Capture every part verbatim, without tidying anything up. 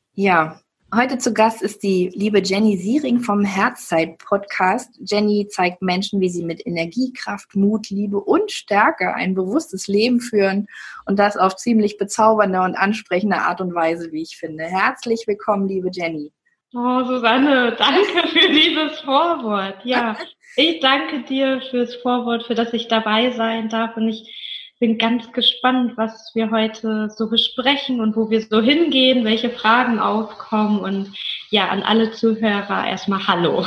Ja, heute zu Gast ist die liebe Jenny Siering vom Herzzeit-Podcast. Jenny zeigt Menschen, wie sie mit Energie, Kraft, Mut, Liebe und Stärke ein bewusstes Leben führen und das auf ziemlich bezaubernde und ansprechende Art und Weise, wie ich finde. Herzlich willkommen, liebe Jenny. Oh, Susanne, danke für dieses Vorwort. Ja, ich danke dir fürs Vorwort, für das ich dabei sein darf, und ich bin ganz gespannt, was wir heute so besprechen und wo wir so hingehen, welche Fragen aufkommen. Und ja, an alle Zuhörer erstmal Hallo.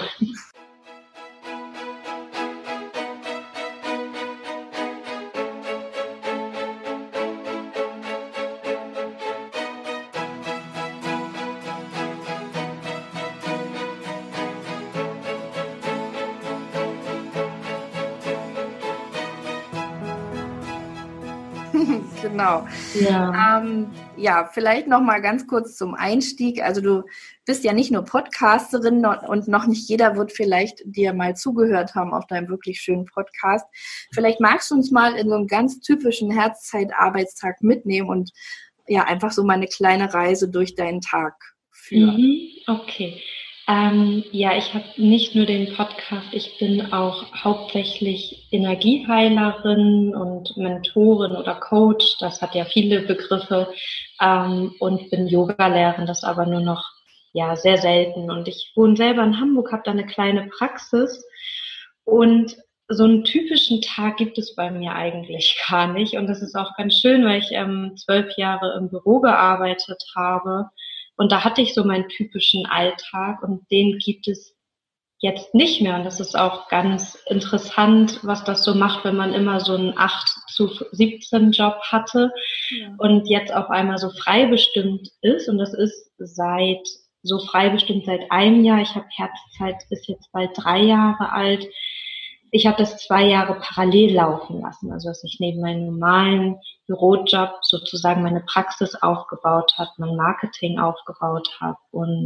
Genau. Ja. Ähm, ja, vielleicht noch mal ganz kurz zum Einstieg. Also du bist ja nicht nur Podcasterin und noch nicht jeder wird vielleicht dir mal zugehört haben auf deinem wirklich schönen Podcast. Vielleicht magst du uns mal in so einen ganz typischen Herzzeit-Arbeitstag mitnehmen und ja, einfach so mal eine kleine Reise durch deinen Tag führen. Mhm, okay. Ähm, ja, ich habe nicht nur den Podcast, ich bin auch hauptsächlich Energieheilerin und Mentorin oder Coach, das hat ja viele Begriffe, ähm, und bin Yoga-Lehrerin, das aber nur noch ja sehr selten. Und ich wohne selber in Hamburg, habe da eine kleine Praxis, und so einen typischen Tag gibt es bei mir eigentlich gar nicht. Und das ist auch ganz schön, weil ich ähm, zwölf Jahre im Büro gearbeitet habe. Und da hatte ich so meinen typischen Alltag, und den gibt es jetzt nicht mehr. Und das ist auch ganz interessant, was das so macht, wenn man immer so einen acht zu siebzehn Job hatte, ja, und jetzt auf einmal so frei bestimmt ist. Und das ist seit so frei bestimmt seit einem Jahr. Ich habe Herzzeit, ist jetzt bald drei Jahre alt. Ich habe das zwei Jahre parallel laufen lassen, also dass ich neben meinem normalen Bürojob sozusagen meine Praxis aufgebaut habe, mein Marketing aufgebaut habe. Und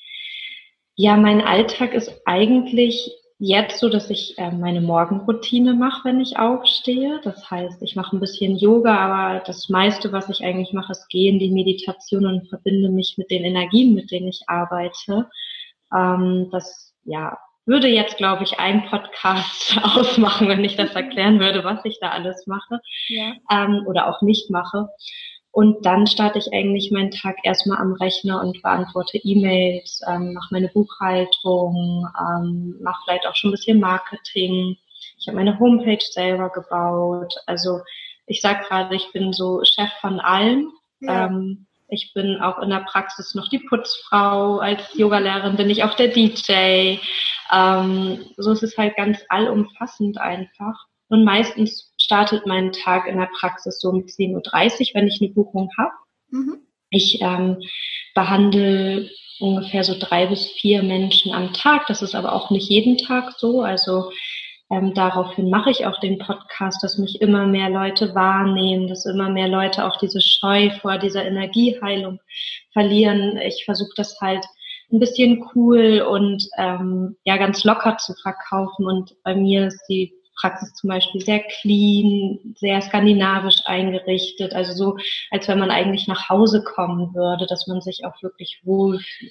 ja, mein Alltag ist eigentlich jetzt so, dass ich äh, meine Morgenroutine mache, wenn ich aufstehe. Das heißt, ich mache ein bisschen Yoga, aber das meiste, was ich eigentlich mache, ist gehen, die Meditation, und verbinde mich mit den Energien, mit denen ich arbeite. Ähm, das, ja, würde jetzt, glaube ich, einen Podcast ausmachen, wenn ich das erklären würde, was ich da alles mache, ja, ähm, oder auch nicht mache. Und dann starte ich eigentlich meinen Tag erstmal am Rechner und beantworte E-Mails, ähm, mache meine Buchhaltung, ähm, mache vielleicht auch schon ein bisschen Marketing. Ich habe meine Homepage selber gebaut. Also ich sage gerade, ich bin so Chef von allem. Ja. Ähm, ich bin auch in der Praxis noch die Putzfrau. Als Yogalehrerin bin ich auch der D J. Ähm, so ist es halt ganz allumfassend einfach. Und meistens startet mein Tag in der Praxis so um zehn Uhr dreißig, wenn ich eine Buchung habe. Mhm. Ich ähm, behandle ungefähr so drei bis vier Menschen am Tag. Das ist aber auch nicht jeden Tag so. Also ähm, daraufhin mache ich auch den Podcast, dass mich immer mehr Leute wahrnehmen, dass immer mehr Leute auch diese Scheu vor dieser Energieheilung verlieren. Ich versuche das halt ein bisschen cool und ähm, ja ganz locker zu verkaufen. Und bei mir ist die Praxis zum Beispiel sehr clean, sehr skandinavisch eingerichtet, also so, als wenn man eigentlich nach Hause kommen würde, dass man sich auch wirklich wohlfühlt.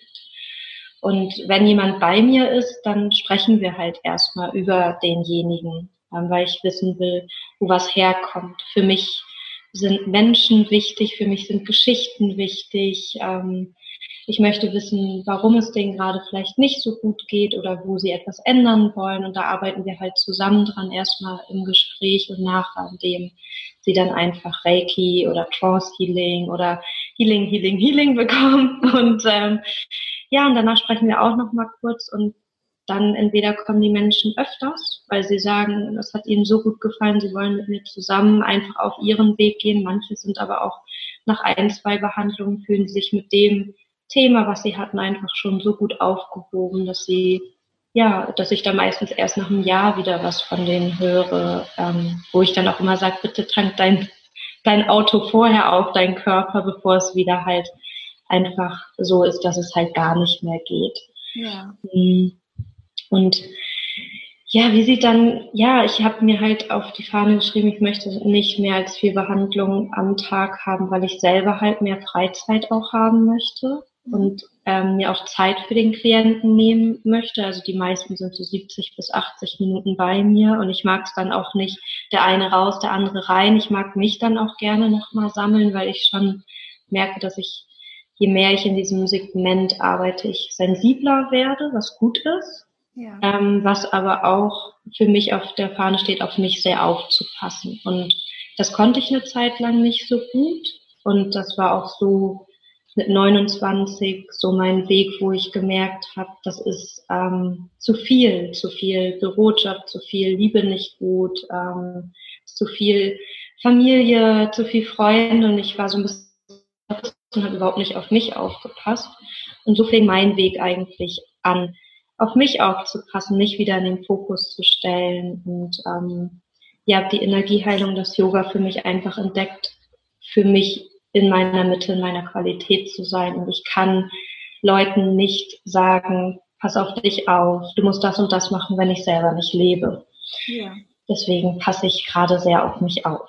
Und wenn jemand bei mir ist, dann sprechen wir halt erstmal über denjenigen, weil ich wissen will, wo was herkommt. Für mich sind Menschen wichtig, für mich sind Geschichten wichtig. Ähm, Ich möchte wissen, warum es denen gerade vielleicht nicht so gut geht oder wo sie etwas ändern wollen. Und da arbeiten wir halt zusammen dran, erstmal im Gespräch, und nachdem sie dann einfach Reiki oder Trance Healing oder Healing, Healing, Healing bekommen. Und ähm, ja, und danach sprechen wir auch noch mal kurz, und dann entweder kommen die Menschen öfters, weil sie sagen, das hat ihnen so gut gefallen, sie wollen mit mir zusammen einfach auf ihren Weg gehen. Manche sind aber auch nach ein, zwei Behandlungen, fühlen sich mit dem Thema, was sie hatten, einfach schon so gut aufgehoben, dass sie, ja, dass ich da meistens erst nach einem Jahr wieder was von denen höre, ähm, wo ich dann auch immer sage, bitte tank dein, dein Auto vorher auf, deinen Körper, bevor es wieder halt einfach so ist, dass es halt gar nicht mehr geht. Ja. Und ja, wie sieht dann, ja, ich habe mir halt auf die Fahne geschrieben, ich möchte nicht mehr als vier Behandlungen am Tag haben, weil ich selber halt mehr Freizeit auch haben möchte. und ähm, mir auch Zeit für den Klienten nehmen möchte. Also die meisten sind so siebzig bis achtzig Minuten bei mir und ich mag es dann auch nicht, der eine raus, der andere rein. Ich mag mich dann auch gerne nochmal sammeln, weil ich schon merke, dass ich, je mehr ich in diesem Segment arbeite, ich sensibler werde, was gut ist. Ja. Ähm, was aber auch für mich auf der Fahne steht, auf mich sehr aufzupassen. Und das konnte ich eine Zeit lang nicht so gut. Und das war auch so mit neunundzwanzig so mein Weg, wo ich gemerkt habe, das ist ähm, zu viel, zu viel Bürojob, zu viel Liebe nicht gut, ähm, zu viel Familie, zu viel Freunde und ich war so ein bisschen und habe überhaupt nicht auf mich aufgepasst. Und so fing mein Weg eigentlich an, auf mich aufzupassen, mich wieder in den Fokus zu stellen und ähm, ja, die Energieheilung, das Yoga für mich einfach entdeckt, für mich in meiner Mitte, in meiner Qualität zu sein. Und ich kann Leuten nicht sagen, pass auf dich auf, du musst das und das machen, wenn ich selber nicht lebe. Ja. Deswegen passe ich gerade sehr auf mich auf.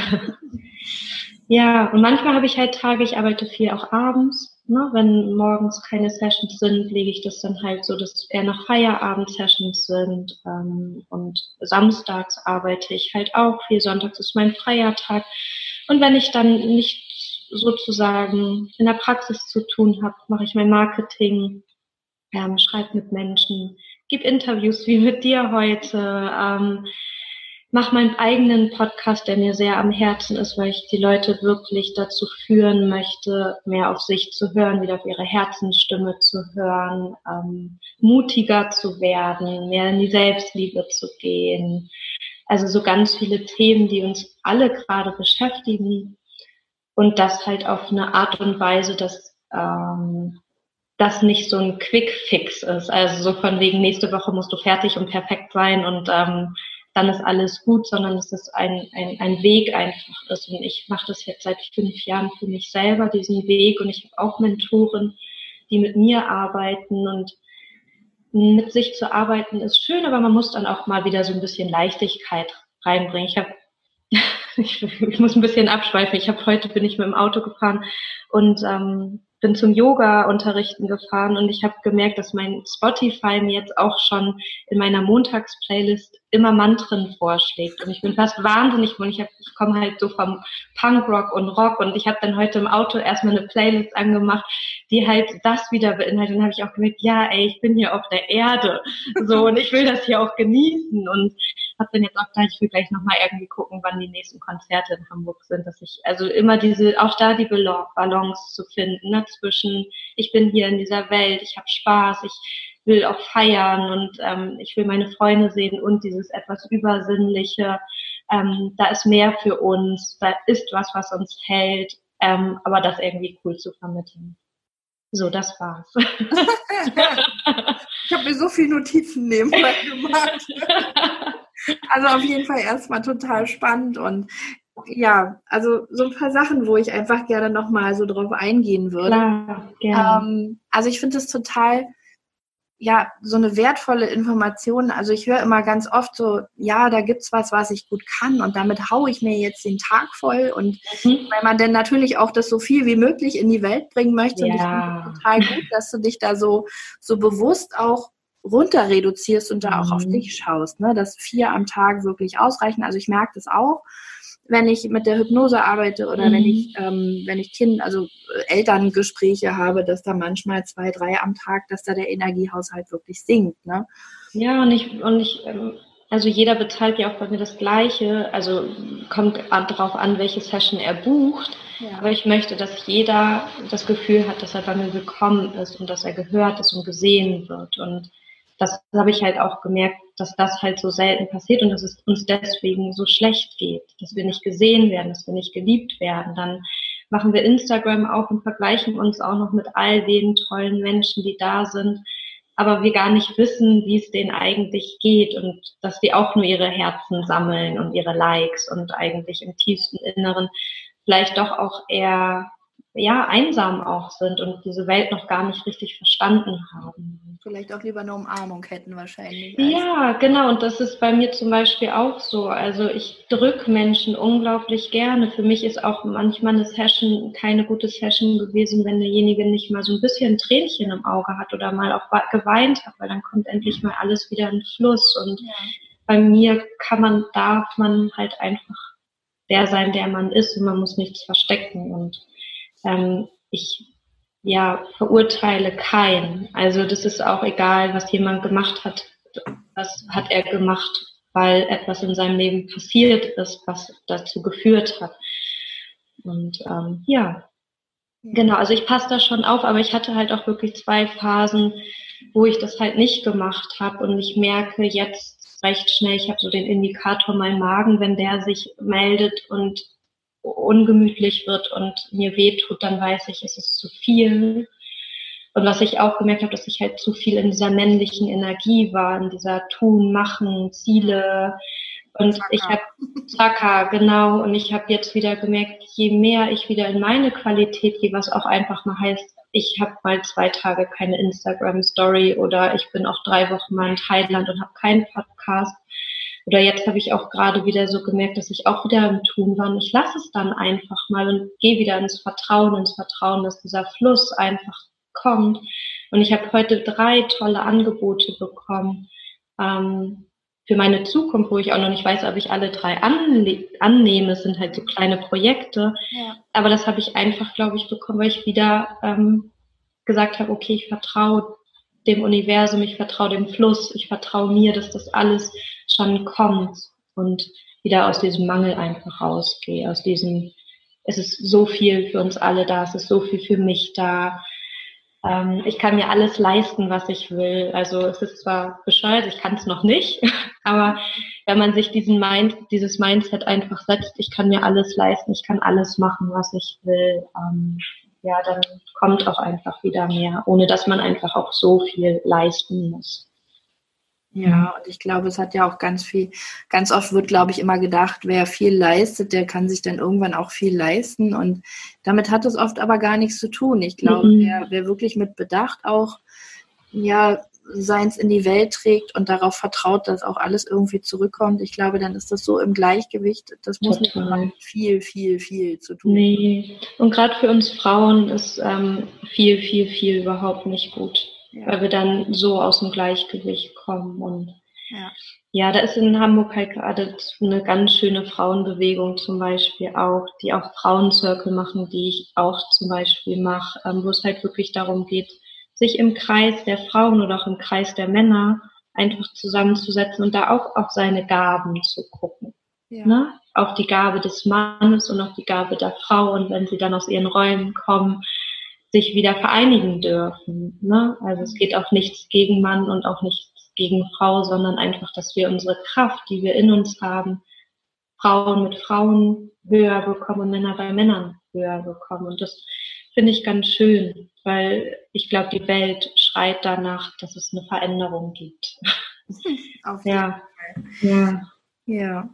Ja, und manchmal habe ich halt Tage, ich arbeite viel auch abends, ne? Wenn morgens keine Sessions sind, lege ich das dann halt so, dass eher noch Feierabend-Sessions sind. Ähm, und samstags arbeite ich halt auch viel, sonntags ist mein freier Tag. Und wenn ich dann nicht sozusagen in der Praxis zu tun habe, mache ich mein Marketing, ähm, schreibe mit Menschen, gebe Interviews wie mit dir heute, ähm, mache meinen eigenen Podcast, der mir sehr am Herzen ist, weil ich die Leute wirklich dazu führen möchte, mehr auf sich zu hören, wieder auf ihre Herzensstimme zu hören, ähm, mutiger zu werden, mehr in die Selbstliebe zu gehen. Also so ganz viele Themen, die uns alle gerade beschäftigen. Und das halt auf eine Art und Weise, dass ähm, das nicht so ein Quick-Fix ist. Also so von wegen, nächste Woche musst du fertig und perfekt sein und ähm, dann ist alles gut, sondern dass es ein, ein, ein Weg einfach ist. Und ich mache das jetzt seit fünf Jahren für mich selber, diesen Weg. Und ich habe auch Mentoren, die mit mir arbeiten. Und mit sich zu arbeiten ist schön, aber man muss dann auch mal wieder so ein bisschen Leichtigkeit reinbringen. Ich habe Ich, ich muss ein bisschen abschweifen. Ich habe heute bin ich mit dem Auto gefahren und ähm, bin zum Yoga-Unterrichten gefahren und ich habe gemerkt, dass mein Spotify mir jetzt auch schon in meiner Montags-Playlist immer Mantren vorschlägt und ich bin fast wahnsinnig und ich, hab, ich komme halt so vom Punkrock und Rock und ich habe dann heute im Auto erstmal eine Playlist angemacht, die halt das wieder beinhaltet und dann habe ich auch gemerkt, ja ey, ich bin hier auf der Erde so und ich will das hier auch genießen und habe dann jetzt auch gleich, ich will gleich nochmal irgendwie gucken, wann die nächsten Konzerte in Hamburg sind, dass ich, also immer diese, auch da die Balance zu finden, ne, zwischen, ich bin hier in dieser Welt, ich habe Spaß, ich will auch feiern und ähm, ich will meine Freunde sehen und dieses etwas Übersinnliche, ähm, da ist mehr für uns, da ist was, was uns hält, ähm, aber das irgendwie cool zu vermitteln. So, das war's. Ich habe mir so viele Notizen nebenbei gemacht. Also auf jeden Fall erstmal total spannend und ja, also so ein paar Sachen, wo ich einfach gerne nochmal so drauf eingehen würde. Klar, gerne. Ähm, also ich finde es total, ja, so eine wertvolle Information. Also ich höre immer ganz oft so, ja, da gibt's was, was ich gut kann und damit haue ich mir jetzt den Tag voll und mhm. weil man dann natürlich auch das so viel wie möglich in die Welt bringen möchte. Ja. Und ich finde es total gut, dass du dich da so, so bewusst auch runter reduzierst und da auch mhm. auf dich schaust, ne? Dass vier am Tag wirklich ausreichen. Also ich merke das auch, wenn ich mit der Hypnose arbeite oder mhm. wenn ich ähm, wenn ich Kind, also Elterngespräche habe, dass da manchmal zwei, drei am Tag, dass da der Energiehaushalt wirklich sinkt, ne? Ja, und ich, und ich, also jeder bezahlt ja auch bei mir das Gleiche, also kommt darauf an, welche Session er bucht, ja. Aber ich möchte, dass jeder das Gefühl hat, dass er bei mir willkommen ist und dass er gehört ist und gesehen wird und das habe ich halt auch gemerkt, dass das halt so selten passiert und dass es uns deswegen so schlecht geht, dass wir nicht gesehen werden, dass wir nicht geliebt werden. Dann machen wir Instagram auf und vergleichen uns auch noch mit all den tollen Menschen, die da sind, aber wir gar nicht wissen, wie es denen eigentlich geht und dass die auch nur ihre Herzen sammeln und ihre Likes und eigentlich im tiefsten Inneren vielleicht doch auch eher ja einsam auch sind und diese Welt noch gar nicht richtig verstanden haben. vielleicht auch lieber eine Umarmung hätten wahrscheinlich. Ja, genau. Und das ist bei mir zum Beispiel auch so. Also ich drücke Menschen unglaublich gerne. Für mich ist auch manchmal eine Session keine gute Session gewesen, wenn derjenige nicht mal so ein bisschen ein Tränchen im Auge hat oder mal auch geweint hat, weil dann kommt endlich mal alles wieder in Fluss. Und ja. Bei mir kann man, darf man halt einfach der sein, der man ist, und man muss nichts verstecken. Und ähm, ich ja, verurteile keinen. Also das ist auch egal, was jemand gemacht hat. Was hat er gemacht, weil etwas in seinem Leben passiert ist, was dazu geführt hat. Und ähm, ja, genau, also ich passe da schon auf, aber ich hatte halt auch wirklich zwei Phasen, wo ich das halt nicht gemacht habe, und ich merke jetzt recht schnell, ich habe so den Indikator, mein Magen, wenn der sich meldet und ungemütlich wird und mir wehtut, dann weiß ich, es ist zu viel. Und was ich auch gemerkt habe, dass ich halt zu viel in dieser männlichen Energie war, in dieser Tun, Machen, Ziele. Und Zaka. ich habe Zaka, genau. Und ich habe jetzt wieder gemerkt, je mehr ich wieder in meine Qualität gehe, was auch einfach mal heißt, ich habe mal zwei Tage keine Instagram-Story oder ich bin auch drei Wochen mal in Thailand und habe keinen Podcast. Oder jetzt habe ich auch gerade wieder so gemerkt, dass ich auch wieder im Tun war. Und ich lasse es dann einfach mal und gehe wieder ins Vertrauen, ins Vertrauen, dass dieser Fluss einfach kommt. Und ich habe heute drei tolle Angebote bekommen ähm, für meine Zukunft, wo ich auch noch nicht weiß, ob ich alle drei anle- annehme. Es sind halt so kleine Projekte. Ja. Aber das habe ich einfach, glaube ich, bekommen, weil ich wieder ähm, gesagt habe, okay, ich vertraue dem Universum, ich vertraue dem Fluss, ich vertraue mir, dass das alles schon kommt, und wieder aus diesem Mangel einfach rausgehe, aus diesem, es ist so viel für uns alle da, es ist so viel für mich da, ähm, ich kann mir alles leisten, was ich will, also es ist zwar bescheuert, ich kann es noch nicht, aber wenn man sich diesen Mind, dieses Mindset einfach setzt, ich kann mir alles leisten, ich kann alles machen, was ich will, ähm, ja, dann kommt auch einfach wieder mehr, ohne dass man einfach auch so viel leisten muss. Ja, und ich glaube, es hat ja auch ganz viel, ganz oft wird, glaube ich, immer gedacht, wer viel leistet, der kann sich dann irgendwann auch viel leisten, und damit hat es oft aber gar nichts zu tun. Ich glaube, mhm. wer, wer wirklich mit Bedacht auch, ja, seins in die Welt trägt und darauf vertraut, dass auch alles irgendwie zurückkommt, ich glaube, dann ist das so im Gleichgewicht, das muss nicht immer viel, viel, viel zu tun. Nee, und gerade für uns Frauen ist ähm, viel, viel, viel überhaupt nicht gut. Ja. Weil wir dann so aus dem Gleichgewicht kommen. Und ja. ja, da ist in Hamburg halt gerade eine ganz schöne Frauenbewegung zum Beispiel auch, die auch Frauencircle machen, die ich auch zum Beispiel mache, ähm, wo es halt wirklich darum geht, sich im Kreis der Frauen oder auch im Kreis der Männer einfach zusammenzusetzen und da auch auf seine Gaben zu gucken. Ja. Ne? Auch die Gabe des Mannes und auch die Gabe der Frau, und wenn sie dann aus ihren Räumen kommen, sich wieder vereinigen dürfen. Ne? Also es geht auch nichts gegen Mann und auch nichts gegen Frau, sondern einfach, dass wir unsere Kraft, die wir in uns haben, Frauen mit Frauen höher bekommen und Männer bei Männern höher bekommen. Und das finde ich ganz schön, weil ich glaube, die Welt schreit danach, dass es eine Veränderung gibt. Auf jeden ja. Fall. Ja. Ja.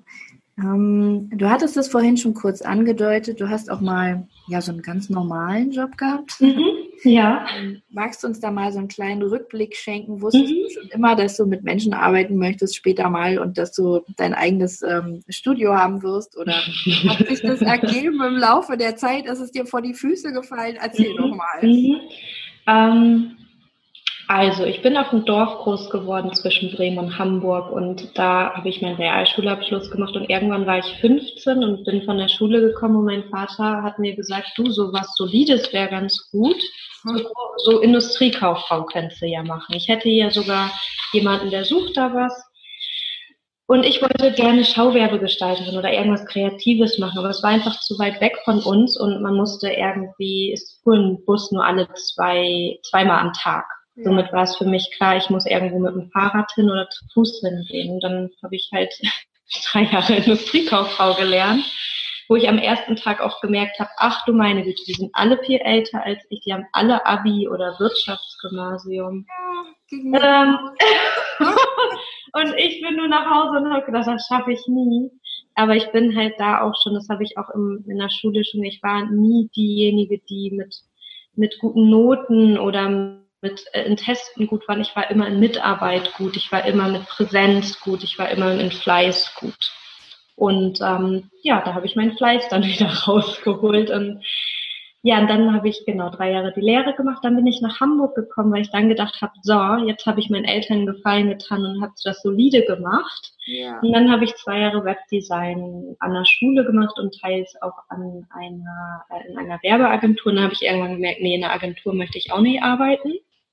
Ähm, du hattest es vorhin schon kurz angedeutet, du hast auch mal ja so einen ganz normalen Job gehabt. Mhm, ja. Ähm, magst du uns da mal so einen kleinen Rückblick schenken? Wusstest mhm. du schon immer, dass du mit Menschen arbeiten möchtest später mal und dass du dein eigenes ähm, Studio haben wirst? Oder hat sich das ergeben im Laufe der Zeit? Ist es dir vor die Füße gefallen? Erzähl mhm. doch mal. Mhm. Ähm, Also, ich bin auf dem Dorf groß geworden zwischen Bremen und Hamburg, und da habe ich meinen Realschulabschluss gemacht, und irgendwann war ich fünfzehn und bin von der Schule gekommen, und mein Vater hat mir gesagt, du, so was Solides wäre ganz gut, so, so Industriekauffrau könntest du ja machen. Ich hätte hier sogar jemanden, der sucht da was, und ich wollte gerne Schauwerbegestalterin oder irgendwas Kreatives machen, aber es war einfach zu weit weg von uns, und man musste irgendwie, es fuhr ein Bus nur alle zwei, zweimal am Tag. Somit war es für mich klar, ich muss irgendwo mit dem Fahrrad hin oder zu Fuß hingehen. Und dann habe ich halt drei Jahre Industriekauffrau gelernt, wo ich am ersten Tag auch gemerkt habe, ach du meine Güte, die sind alle viel älter als ich, die haben alle Abi oder Wirtschaftsgymnasium. Ja, ähm, und ich bin nur nach Hause und habe gedacht, das schaffe ich nie. Aber ich bin halt da auch schon, das habe ich auch im, in der Schule schon, ich war nie diejenige, die mit mit guten Noten oder mit äh, in Testen gut war. Ich war immer in Mitarbeit gut, ich war immer mit Präsenz gut, ich war immer in Fleiß gut. Und ähm, ja, da habe ich meinen Fleiß dann wieder rausgeholt. Und ja, und dann habe ich genau drei Jahre die Lehre gemacht. Dann bin ich nach Hamburg gekommen, weil ich dann gedacht habe, so, jetzt habe ich meinen Eltern Gefallen getan und habe das solide gemacht. Ja. Und dann habe ich zwei Jahre Webdesign an der Schule gemacht und teils auch an einer, äh, in einer Werbeagentur. Und dann habe ich irgendwann gemerkt, nee, in einer Agentur möchte ich auch nicht arbeiten.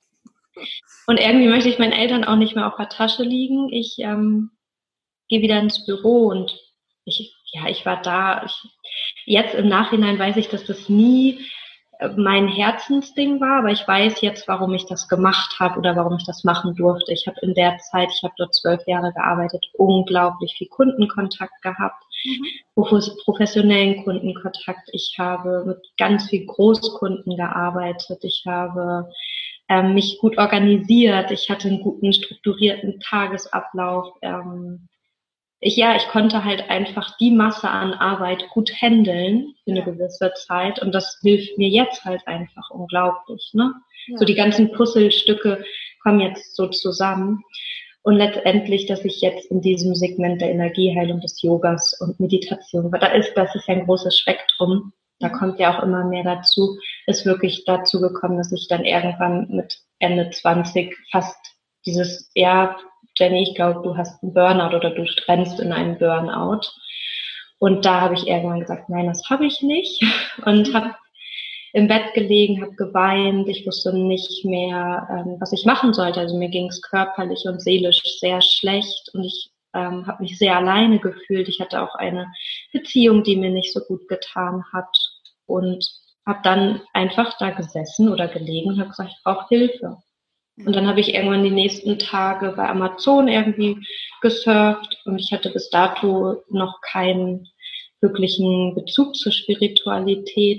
Und irgendwie möchte ich meinen Eltern auch nicht mehr auf der Tasche liegen. Ich ähm, gehe wieder ins Büro und ich, ja, ich war da. Ich, jetzt im Nachhinein weiß ich, dass das nie mein Herzensding war, aber ich weiß jetzt, warum ich das gemacht habe oder warum ich das machen durfte. Ich habe in der Zeit, ich habe dort zwölf Jahre gearbeitet, unglaublich viel Kundenkontakt gehabt, mhm. professionellen Kundenkontakt. Ich habe mit ganz viel Großkunden gearbeitet. Ich habe ähm, mich gut organisiert. Ich hatte einen guten, strukturierten Tagesablauf. Ähm, Ich, ja, ich konnte halt einfach die Masse an Arbeit gut handeln für eine gewisse Zeit und das hilft mir jetzt halt einfach unglaublich, ne? Ja. So die ganzen Puzzlestücke kommen jetzt so zusammen und letztendlich, dass ich jetzt in diesem Segment der Energieheilung, des Yogas und Meditation, weil da ist, das ist ja ein großes Spektrum, da kommt ja auch immer mehr dazu, ist wirklich dazu gekommen, dass ich dann irgendwann mit Ende zwanzig fast dieses, ja, Jenny, ich glaube, du hast einen Burnout oder du rennst in einen Burnout. Und da habe ich irgendwann gesagt, nein, das habe ich nicht. Und habe im Bett gelegen, habe geweint. Ich wusste nicht mehr, ähm, was ich machen sollte. Also mir ging es körperlich und seelisch sehr schlecht. Und ich ähm, habe mich sehr alleine gefühlt. Ich hatte auch eine Beziehung, die mir nicht so gut getan hat. Und habe dann einfach da gesessen oder gelegen und habe gesagt, ich brauche Hilfe. Und dann habe ich irgendwann die nächsten Tage bei Amazon irgendwie gesurft und ich hatte bis dato noch keinen wirklichen Bezug zur Spiritualität,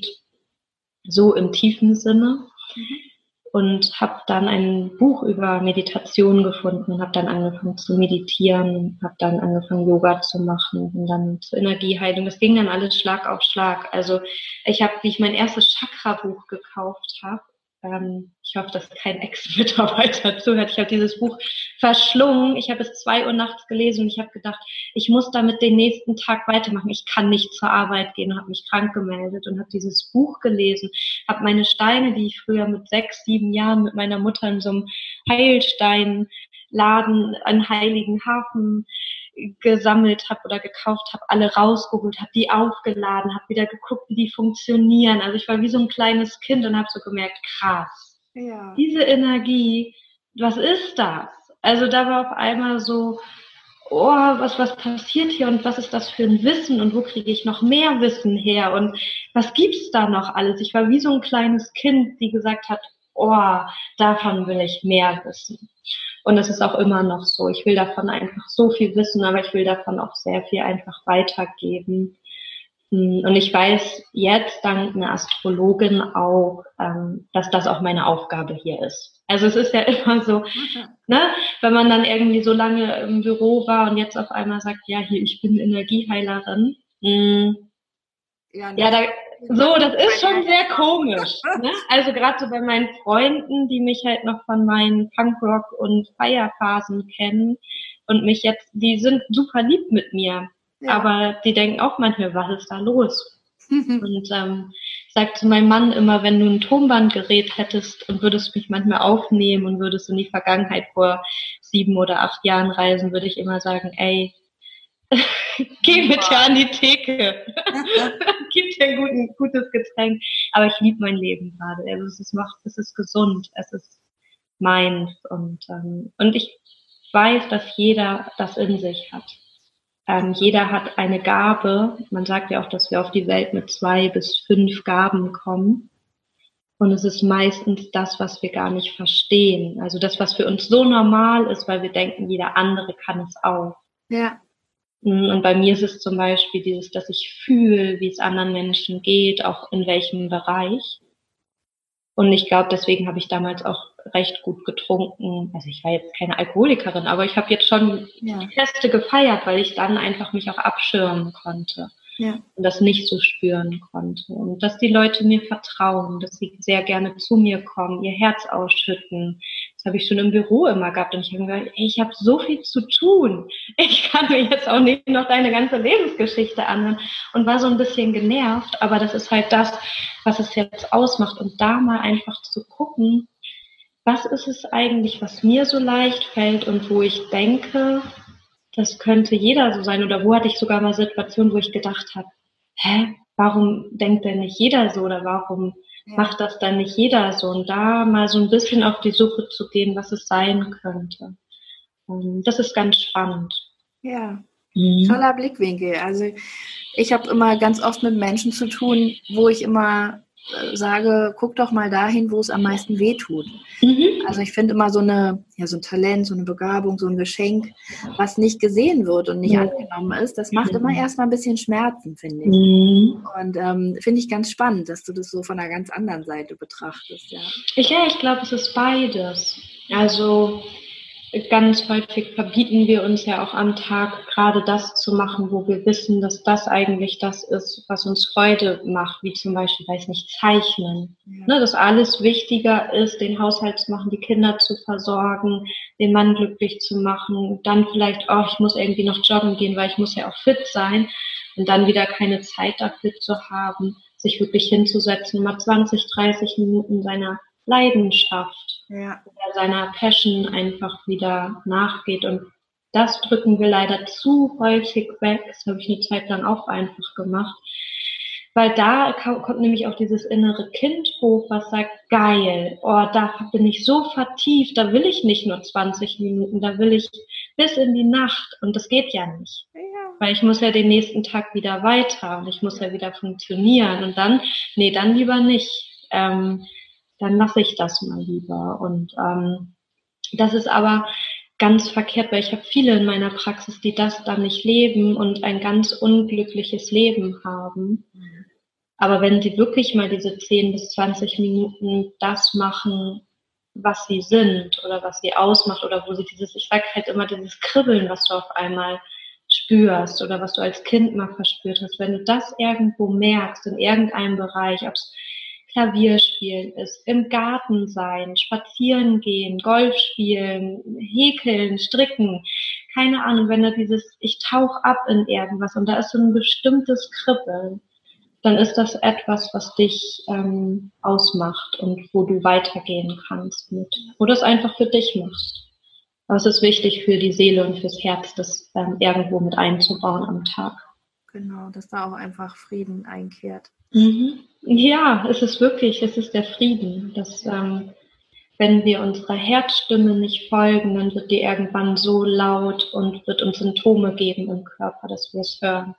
so im tiefen Sinne. Mhm. Und habe dann ein Buch über Meditation gefunden und habe dann angefangen zu meditieren, habe dann angefangen Yoga zu machen und dann zur Energieheilung. Das ging dann alles Schlag auf Schlag. Also ich habe, wie ich mein erstes Chakra-Buch gekauft habe, ich hoffe, dass kein Ex-Mitarbeiter zuhört. Ich habe dieses Buch verschlungen. Ich habe es zwei Uhr nachts gelesen und ich habe gedacht, ich muss damit den nächsten Tag weitermachen. Ich kann nicht zur Arbeit gehen und habe mich krank gemeldet und habe dieses Buch gelesen. Habe meine Steine, die ich früher mit sechs, sieben Jahren mit meiner Mutter in so einem Heilsteinladen an Heiligenhafen gesammelt habe oder gekauft habe, alle rausgeholt, habe die aufgeladen, habe wieder geguckt, wie die funktionieren. Also ich war wie so ein kleines Kind und habe so gemerkt, krass, ja. Diese Energie, was ist das? Also da war auf einmal so, oh, was, was passiert hier und was ist das für ein Wissen und wo kriege ich noch mehr Wissen her und was gibt's da noch alles? Ich war wie so ein kleines Kind, die gesagt hat, oh, davon will ich mehr wissen. Und das ist auch immer noch so. Ich will davon einfach so viel wissen, aber ich will davon auch sehr viel einfach weitergeben. Und ich weiß jetzt dank einer Astrologin auch, dass das auch meine Aufgabe hier ist. Also es ist ja immer so, ne, wenn man dann irgendwie so lange im Büro war und jetzt auf einmal sagt, ja, hier, ich bin Energieheilerin. Ja, ja da, so, das ist schon sehr komisch. Ne? Also gerade so bei meinen Freunden, die mich halt noch von meinen Punkrock- und Feierphasen kennen und mich jetzt, die sind super lieb mit mir, ja. Aber die denken auch manchmal, was ist da los? Und ähm, ich sage zu meinem Mann immer, wenn du ein Tonbandgerät hättest und würdest mich manchmal aufnehmen und würdest in die Vergangenheit vor sieben oder acht Jahren reisen, würde ich immer sagen, ey, geh mit dir an die Theke. Gib dir ein guten, gutes Getränk. Aber ich liebe mein Leben gerade. Also es ist, macht, es ist gesund. Es ist meins. Und, ähm, und ich weiß, dass jeder das in sich hat. Ähm, jeder hat eine Gabe. Man sagt ja auch, dass wir auf die Welt mit zwei bis fünf Gaben kommen. Und es ist meistens das, was wir gar nicht verstehen. Also das, was für uns so normal ist, weil wir denken, jeder andere kann es auch. Ja. Und bei mir ist es zum Beispiel dieses, dass ich fühle, wie es anderen Menschen geht, auch in welchem Bereich. Und ich glaube, deswegen habe ich damals auch recht gut getrunken. Also ich war jetzt keine Alkoholikerin, aber ich habe jetzt schon ja. die Feste gefeiert, weil ich dann einfach mich auch abschirmen konnte. ja. und das nicht so spüren konnte. Und dass die Leute mir vertrauen, dass sie sehr gerne zu mir kommen, ihr Herz ausschütten. Das habe ich schon im Büro immer gehabt. Und ich habe gesagt, ey, ich habe so viel zu tun. Ich kann mir jetzt auch nicht noch deine ganze Lebensgeschichte anhören. Und war so ein bisschen genervt. Aber das ist halt das, was es jetzt ausmacht. Und da mal einfach zu gucken, was ist es eigentlich, was mir so leicht fällt und wo ich denke, das könnte jeder so sein. Oder wo hatte ich sogar mal Situationen, wo ich gedacht habe, hä, warum denkt denn nicht jeder so? Oder warum ja. macht das dann nicht jeder so? Und da mal so ein bisschen auf die Suche zu gehen, was es sein könnte. Und das ist ganz spannend. Ja, mhm. toller Blickwinkel. Also ich habe immer ganz oft mit Menschen zu tun, wo ich immer sage, guck doch mal dahin, wo es am meisten wehtut. Mhm. Also ich finde immer so eine, ja, so ein Talent, so eine Begabung, so ein Geschenk, was nicht gesehen wird und nicht mhm. angenommen ist, das macht mhm. immer erstmal ein bisschen Schmerzen, finde ich. Mhm. Und ähm, finde ich ganz spannend, dass du das so von einer ganz anderen Seite betrachtest. Ja, ich, ja, ich glaube, es ist beides. Also ganz häufig verbieten wir uns ja auch am Tag gerade das zu machen, wo wir wissen, dass das eigentlich das ist, was uns Freude macht, wie zum Beispiel, weiß nicht, Zeichnen. Ja. Ne, dass alles wichtiger ist, den Haushalt zu machen, die Kinder zu versorgen, den Mann glücklich zu machen, dann vielleicht, oh, ich muss irgendwie noch joggen gehen, weil ich muss ja auch fit sein und dann wieder keine Zeit dafür zu haben, sich wirklich hinzusetzen, mal zwanzig, dreißig Minuten seiner Leidenschaft ja. oder seiner Passion einfach wieder nachgeht. Und das drücken wir leider zu häufig weg. Das habe ich eine Zeit lang auch einfach gemacht. Weil da kommt nämlich auch dieses innere Kind hoch, was sagt, geil, oh, da bin ich so vertieft, da will ich nicht nur zwanzig Minuten, da will ich bis in die Nacht. Und das geht ja nicht. Ja. Weil ich muss ja den nächsten Tag wieder weiter und ich muss ja wieder funktionieren. Und dann, nee, dann lieber nicht. Ähm, dann lasse ich das mal lieber. Und ähm, das ist aber ganz verkehrt, weil ich habe viele in meiner Praxis, die das dann nicht leben und ein ganz unglückliches Leben haben. Mhm. Aber wenn sie wirklich mal diese zehn bis zwanzig Minuten das machen, was sie sind oder was sie ausmacht oder wo sie dieses, ich sage halt immer, dieses Kribbeln, was du auf einmal spürst oder was du als Kind mal verspürt hast, wenn du das irgendwo merkst, in irgendeinem Bereich, ob es Klavier spielen ist, im Garten sein, spazieren gehen, Golf spielen, häkeln, stricken, keine Ahnung, wenn da dieses, ich tauche ab in irgendwas und da ist so ein bestimmtes Kribbeln, dann ist das etwas, was dich ähm, ausmacht und wo du weitergehen kannst mit, wo du es einfach für dich machst. Aber es ist wichtig für die Seele und fürs Herz, das ähm, irgendwo mit einzubauen am Tag. Genau, dass da auch einfach Frieden einkehrt. Mhm. Ja, es ist wirklich, es ist der Frieden, dass ähm, wenn wir unserer Herzstimme nicht folgen, dann wird die irgendwann so laut und wird uns Symptome geben im Körper, dass wir es hören.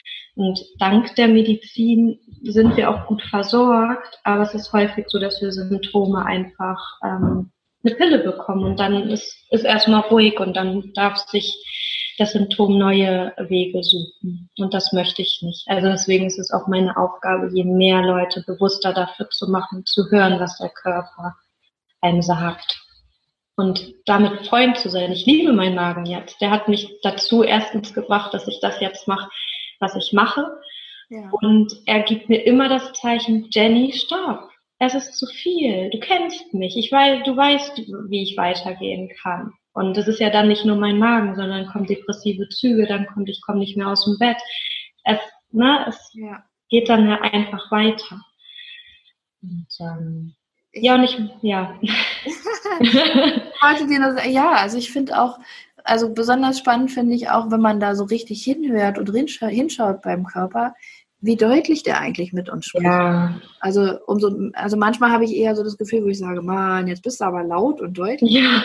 Und dank der Medizin sind wir auch gut versorgt, aber es ist häufig so, dass wir Symptome einfach ähm, eine Pille bekommen und dann ist es erstmal ruhig und dann darf sich das Symptom neue Wege suchen. Und das möchte ich nicht. Also deswegen ist es auch meine Aufgabe, je mehr Leute bewusster dafür zu machen, zu hören, was der Körper einem sagt. Und damit Freund zu sein. Ich liebe meinen Magen jetzt. Der hat mich dazu erstens gebracht, dass ich das jetzt mache, was ich mache. Ja. Und er gibt mir immer das Zeichen, Jenny, stopp. Es ist zu viel. Du kennst mich. Ich weiß, du weißt, wie ich weitergehen kann. Und das ist ja dann nicht nur mein Magen, sondern kommen depressive Züge, dann kommt, ich komme nicht mehr aus dem Bett. Es, ne, es ja. geht dann ja einfach weiter. Und, ähm, ich, ja, und ich, ja. ich wollte dir nur sagen, ja, also ich finde auch, also besonders spannend finde ich auch, wenn man da so richtig hinhört und hinschaut beim Körper, wie deutlich der eigentlich mit uns spricht. Ja. Also, umso, also manchmal habe ich eher so das Gefühl, wo ich sage, Mann, jetzt bist du aber laut und deutlich. Ja.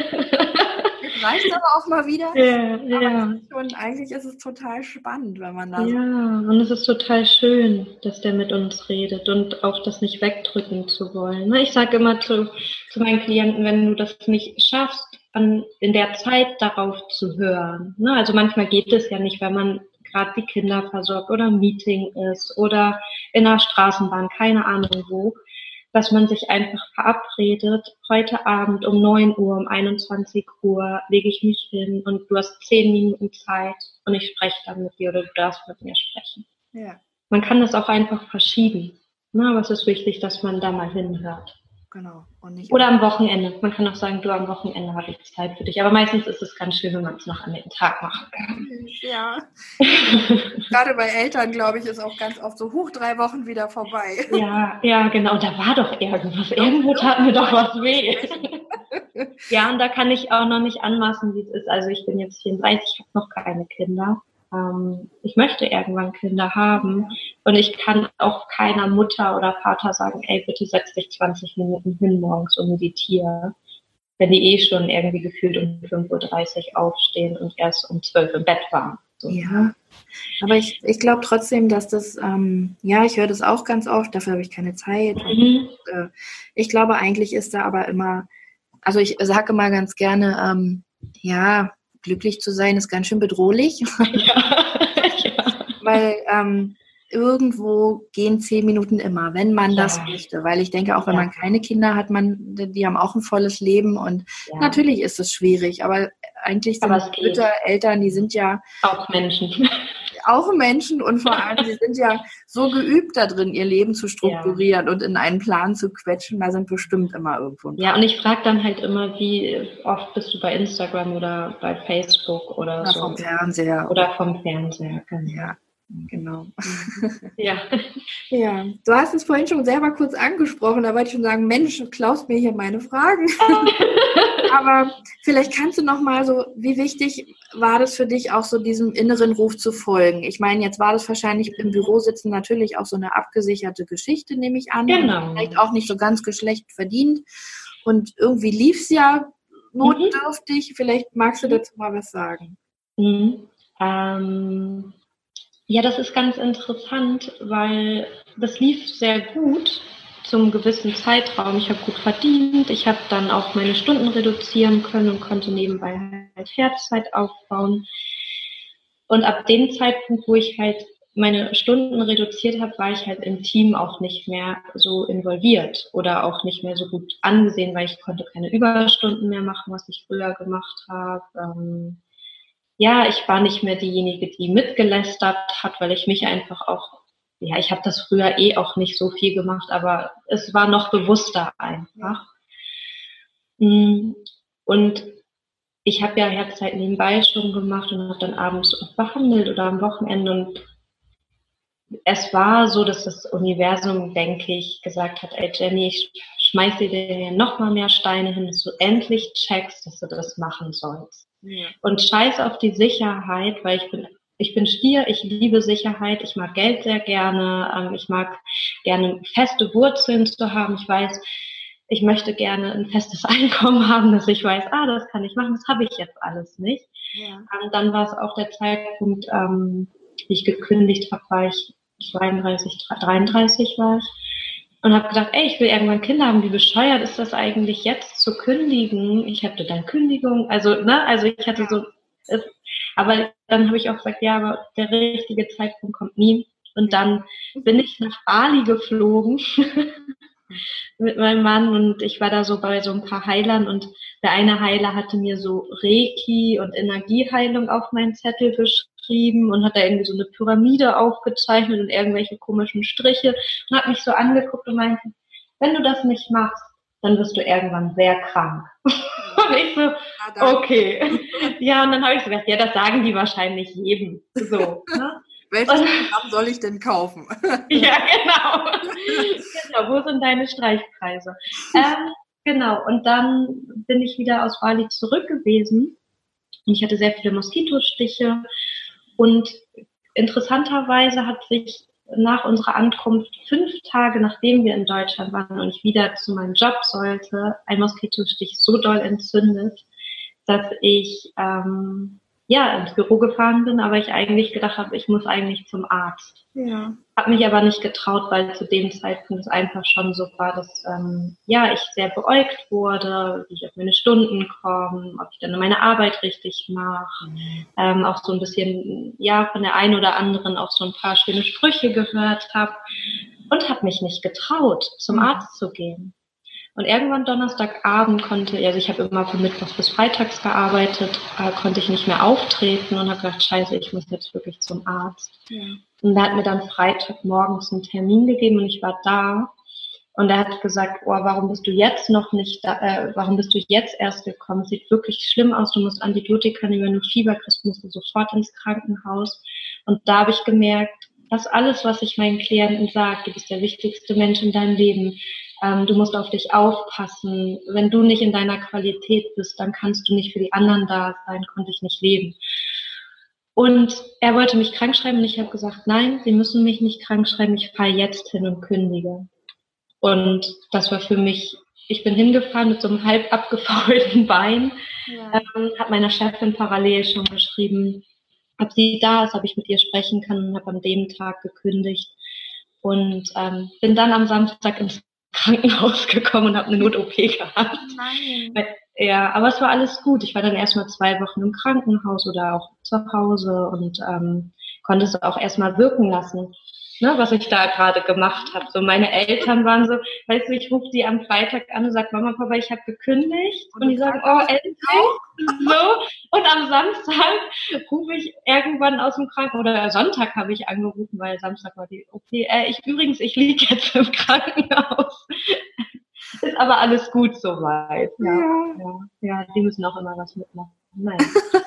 Reicht aber auch mal wieder. Ja, aber ja. Ist schon, eigentlich ist es total spannend, wenn man da ja, so und es ist total schön, dass der mit uns redet und auch das nicht wegdrücken zu wollen. Ich sage immer zu, zu meinen Klienten, wenn du das nicht schaffst, an, in der Zeit darauf zu hören. Ne? Also manchmal geht es ja nicht, weil man gerade die Kinder versorgt oder ein Meeting ist oder in der Straßenbahn, keine Ahnung wo, dass man sich einfach verabredet, heute Abend um neun Uhr, um einundzwanzig Uhr lege ich mich hin und du hast zehn Minuten Zeit und ich spreche dann mit dir oder du darfst mit mir sprechen. Ja. Man kann das auch einfach verschieben. Na, aber es ist wichtig, dass man da mal hinhört. Genau. Und nicht Oder am Wochenende. Man kann auch sagen, du, am Wochenende habe ich Zeit für dich. Aber meistens ist es ganz schön, wenn man es noch an den Tag machen kann. Ja. Gerade bei Eltern, glaube ich, ist auch ganz oft so, huch, drei Wochen wieder vorbei. Ja, ja, genau. Da war doch irgendwas. Irgendwo tat mir doch was weh. Ja, und da kann ich auch noch nicht anmaßen, wie es ist. Also ich bin jetzt vierunddreißig, ich habe noch keine Kinder. Ähm, ich möchte irgendwann Kinder haben. Und ich kann auch keiner Mutter oder Vater sagen, ey, bitte setz dich zwanzig Minuten hin morgens und meditiere. Wenn die eh schon irgendwie gefühlt um fünf Uhr dreißig aufstehen und erst um zwölf im Bett waren. So, ja, ne? Aber ich, ich glaube trotzdem, dass das, ähm, ja, ich höre das auch ganz oft, dafür habe ich keine Zeit. Mhm. Und, äh, ich glaube, eigentlich ist da aber immer, also ich sage immer ganz gerne, ähm, ja, glücklich zu sein ist ganz schön bedrohlich. Ja. Ja. Weil ähm, irgendwo gehen zehn Minuten immer, wenn man Ja. das möchte. Weil ich denke, auch wenn Ja. man keine Kinder hat, man, die haben auch ein volles Leben und Ja. natürlich ist es schwierig, aber eigentlich sind Aber es geht. Mütter, Eltern, die sind ja Auch Menschen. auch Menschen und vor allem, sie sind ja so geübt da drin, ihr Leben zu strukturieren ja. und in einen Plan zu quetschen, da sind bestimmt immer irgendwo ein Ja, und ich frage dann halt immer, wie oft bist du bei Instagram oder bei Facebook oder, oder so. Vom Fernseher. Oder vom Fernseher, genau. Ja. Genau. Ja. Ja, du hast es vorhin schon selber kurz angesprochen, da wollte ich schon sagen, Mensch, du klaust mir hier meine Fragen. Aber vielleicht kannst du noch mal so, wie wichtig war das für dich auch so diesem inneren Ruf zu folgen? Ich meine, jetzt war das wahrscheinlich im Büro sitzen natürlich auch so eine abgesicherte Geschichte, nehme ich an. Genau. Vielleicht auch nicht so ganz geschlecht verdient. Und irgendwie lief es ja notdürftig. Mhm. Vielleicht magst du dazu mal was sagen. Mhm. Ähm... Ja, das ist ganz interessant, weil das lief sehr gut zum gewissen Zeitraum. Ich habe gut verdient, ich habe dann auch meine Stunden reduzieren können und konnte nebenbei halt Herzeit aufbauen. Und ab dem Zeitpunkt, wo ich halt meine Stunden reduziert habe, war ich halt im Team auch nicht mehr so involviert oder auch nicht mehr so gut angesehen, weil ich konnte keine Überstunden mehr machen, was ich früher gemacht habe. Ähm, Ja, ich war nicht mehr diejenige, die mitgelästert hat, weil ich mich einfach auch, ja, ich habe das früher eh auch nicht so viel gemacht, aber es war noch bewusster einfach. Und ich habe ja Herzzeit nebenbei schon gemacht und habe dann abends noch behandelt oder am Wochenende. Und es war so, dass das Universum, denke ich, gesagt hat, ey Jenny, ich schmeiße dir noch mal mehr Steine hin, dass du endlich checkst, dass du das machen sollst. Ja. Und scheiß auf die Sicherheit, weil ich bin, ich bin Stier, ich liebe Sicherheit, ich mag Geld sehr gerne, ähm, ich mag gerne feste Wurzeln zu haben. Ich weiß, ich möchte gerne ein festes Einkommen haben, dass ich weiß, ah, das kann ich machen, das habe ich jetzt alles nicht. Ja. Und dann war es auch der Zeitpunkt, ähm, wie ich gekündigt habe, war ich zweiunddreißig, dreiunddreißig war ich. Und habe gedacht, ey, ich will irgendwann Kinder haben, wie bescheuert ist das eigentlich jetzt zu kündigen? Ich hatte dann Kündigung, also, ne, also ich hatte so, es, aber dann habe ich auch gesagt, ja, aber der richtige Zeitpunkt kommt nie. Und dann bin ich nach Bali geflogen mit meinem Mann und ich war da so bei so ein paar Heilern und der eine Heiler hatte mir so Reiki und Energieheilung auf meinen Zettel geschrieben und hat da irgendwie so eine Pyramide aufgezeichnet und irgendwelche komischen Striche und hat mich so angeguckt und meinte, wenn du das nicht machst, dann wirst du irgendwann sehr krank. Und ich so, okay. Ja, und dann habe ich so gedacht, ja, das sagen die wahrscheinlich jedem. So, ne? Welches Programm soll ich denn kaufen? Ja, genau. Genau, wo sind deine Streichpreise? Ähm, genau, und dann bin ich wieder aus Bali zurück gewesen. Ich hatte sehr viele Moskitostiche und interessanterweise hat sich nach unserer Ankunft fünf Tage, nachdem wir in Deutschland waren und ich wieder zu meinem Job sollte, ein Moskitostich so doll entzündet, dass ich ähm, ja ins Büro gefahren bin, aber ich eigentlich gedacht habe, ich muss eigentlich zum Arzt. Ja. Habe mich aber nicht getraut, weil zu dem Zeitpunkt es einfach schon so war, dass ähm, ja ich sehr beäugt wurde, wie ich auf meine Stunden komme, ob ich dann meine Arbeit richtig mache, mhm. ähm, auch so ein bisschen ja von der einen oder anderen auch so ein paar schöne Sprüche gehört habe und habe mich nicht getraut, zum mhm. Arzt zu gehen. Und irgendwann Donnerstagabend konnte, also ich habe immer von Mittwochs bis Freitags gearbeitet, äh, konnte ich nicht mehr auftreten und habe gedacht, scheiße, ich muss jetzt wirklich zum Arzt. Ja. Und der hat mir dann Freitagmorgens einen Termin gegeben und ich war da. Und er hat gesagt, oh, warum bist du jetzt noch nicht da, äh, warum bist du jetzt erst gekommen? Es sieht wirklich schlimm aus, du musst Antibiotika nehmen, wenn du Fieber kriegst, musst du sofort ins Krankenhaus. Und da habe ich gemerkt, dass alles, was ich meinen Klienten sage, du bist der wichtigste Mensch in deinem Leben, ähm, du musst auf dich aufpassen. Wenn du nicht in deiner Qualität bist, dann kannst du nicht für die anderen da sein, konnte ich nicht leben. Und er wollte mich krank schreiben und ich habe gesagt, nein, Sie müssen mich nicht krank schreiben, ich fahre jetzt hin und kündige. Und das war für mich, ich bin hingefahren mit so einem halb abgefaulten Bein, ja. ähm, habe meiner Chefin parallel schon geschrieben, ob sie da ist, ob ich mit ihr sprechen kann und habe an dem Tag gekündigt und ähm, bin dann am Samstag ins Krankenhaus gekommen und habe eine Not-O P gehabt. Nein. Ja, aber es war alles gut. Ich war dann erstmal zwei Wochen im Krankenhaus oder auch zu Hause und ähm, konnte es auch erstmal wirken lassen, ne, was ich da gerade gemacht habe. So meine Eltern waren so, weißt du, ich rufe die am Freitag an und sage, Mama, Papa, ich habe gekündigt. Und, und die sagen, oh, endlich. So. Und am Samstag rufe ich irgendwann aus dem Krankenhaus, oder Sonntag habe ich angerufen, weil Samstag war die O P. Äh, ich übrigens, ich liege jetzt im Krankenhaus. Ist aber alles gut soweit. Ja, ja. Ja, ja, die müssen auch immer was mitmachen. Nein.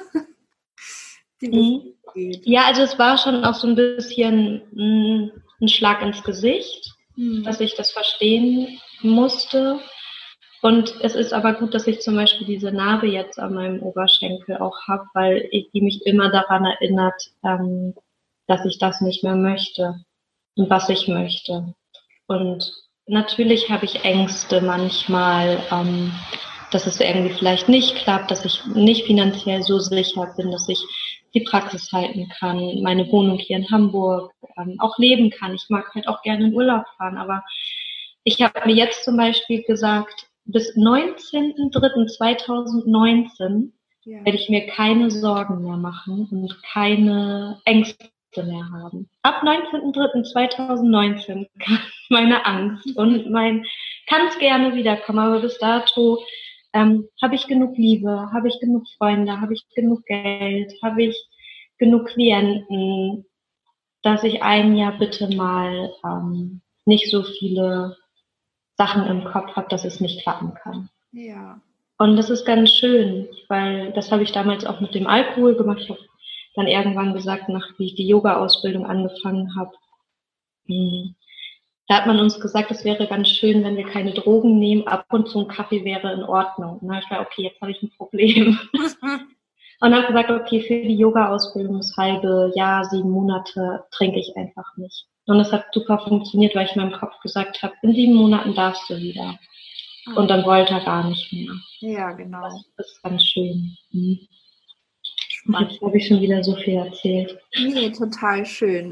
Mhm. Ja, also es war schon auch so ein bisschen mh, ein Schlag ins Gesicht, mhm. dass ich das verstehen musste. Und es ist aber gut, dass ich zum Beispiel diese Narbe jetzt an meinem Oberschenkel auch habe, weil ich, die mich immer daran erinnert, ähm, dass ich das nicht mehr möchte und was ich möchte. Und natürlich habe ich Ängste manchmal, ähm, dass es irgendwie vielleicht nicht klappt, dass ich nicht finanziell so sicher bin, dass ich die Praxis halten kann, meine Wohnung hier in Hamburg ähm, auch leben kann. Ich mag halt auch gerne in Urlaub fahren, aber ich habe mir jetzt zum Beispiel gesagt, bis neunzehnten dritten zweitausendneunzehn ja. werde ich mir keine Sorgen mehr machen und keine Ängste mehr haben. Ab neunzehnten dritten zweitausendneunzehn kann meine Angst und mein, kann es gerne wiederkommen, aber bis dato ähm, habe ich genug Liebe, habe ich genug Freunde, habe ich genug Geld, habe ich genug Klienten, dass ich ein Jahr bitte mal ähm, nicht so viele Sachen im Kopf habe, dass es nicht klappen kann. Ja. Und das ist ganz schön, weil das habe ich damals auch mit dem Alkohol gemacht. Ich habe dann irgendwann gesagt, nach wie ich die Yoga-Ausbildung angefangen habe, mh, da hat man uns gesagt, es wäre ganz schön, wenn wir keine Drogen nehmen, ab und zu ein Kaffee wäre in Ordnung. Und dann habe ich gesagt, okay, jetzt habe ich ein Problem. Und habe gesagt, okay, für die Yoga-Ausbildung das halbe Jahr, sieben Monate trinke ich einfach nicht. Und es hat super funktioniert, weil ich in meinem Kopf gesagt habe, in sieben Monaten darfst du wieder. Und dann wollte er gar nicht mehr. Ja, genau. Das ist ganz schön. Mhm. Jetzt habe ich schon wieder so viel erzählt. Nee, total schön.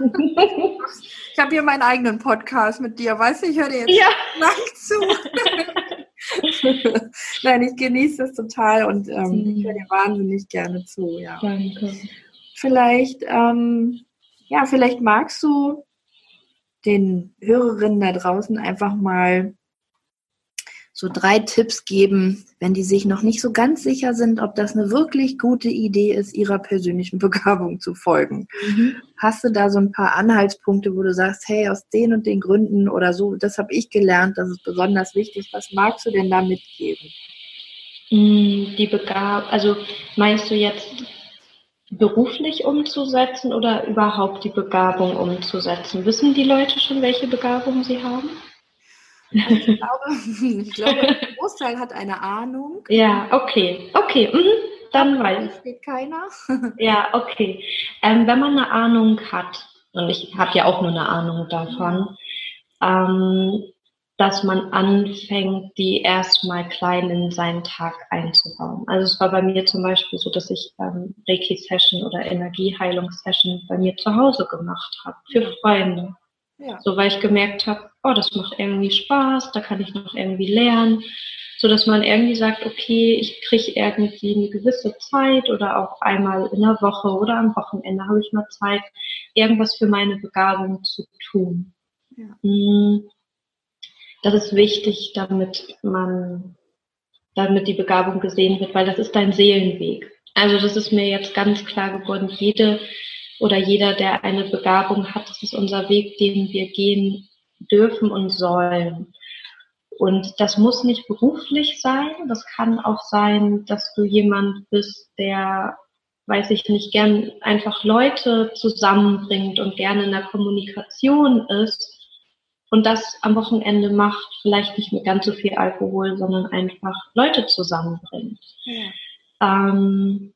Ich habe hier meinen eigenen Podcast mit dir, weißt du, ich höre dir jetzt ja. lang zu. Nein, ich genieße das total und ähm, mhm. ich höre dir wahnsinnig gerne zu. Ja. Danke. Vielleicht, ähm, ja, vielleicht magst du den Hörerinnen da draußen einfach mal so drei Tipps geben, wenn die sich noch nicht so ganz sicher sind, ob das eine wirklich gute Idee ist, ihrer persönlichen Begabung zu folgen. Mhm. Hast du da so ein paar Anhaltspunkte, wo du sagst, hey, aus den und den Gründen oder so, das habe ich gelernt, das ist besonders wichtig. Was magst du denn da mitgeben? Die Begabung, also meinst du jetzt beruflich umzusetzen oder überhaupt die Begabung umzusetzen? Wissen die Leute schon, welche Begabung sie haben? Also ich glaube, ich glaube, der Großteil hat eine Ahnung. Ja, okay, okay, mhm. dann weiß ich. Steht keiner. Ja, okay. Ähm, wenn man eine Ahnung hat, und ich habe ja auch nur eine Ahnung davon, ja. ähm, dass man anfängt, die erstmal klein in seinen Tag einzubauen. Also es war bei mir zum Beispiel so, dass ich ähm, Reiki-Session oder Energieheilungssession bei mir zu Hause gemacht habe, für Freunde. Ja. So, weil ich gemerkt habe, oh, das macht irgendwie Spaß, da kann ich noch irgendwie lernen, so dass man irgendwie sagt, okay, ich kriege irgendwie eine gewisse Zeit oder auch einmal in der Woche oder am Wochenende habe ich mal Zeit, irgendwas für meine Begabung zu tun. Ja. das ist wichtig, damit man, damit die Begabung gesehen wird, weil das ist dein Seelenweg. Also das ist mir jetzt ganz klar geworden, jede oder jeder, der eine Begabung hat, das ist unser Weg, den wir gehen dürfen und sollen. Und das muss nicht beruflich sein, das kann auch sein, dass du jemand bist, der, weiß ich nicht, gern einfach Leute zusammenbringt und gerne in der Kommunikation ist und das am Wochenende macht, vielleicht nicht mit ganz so viel Alkohol, sondern einfach Leute zusammenbringt. Ja. Ähm,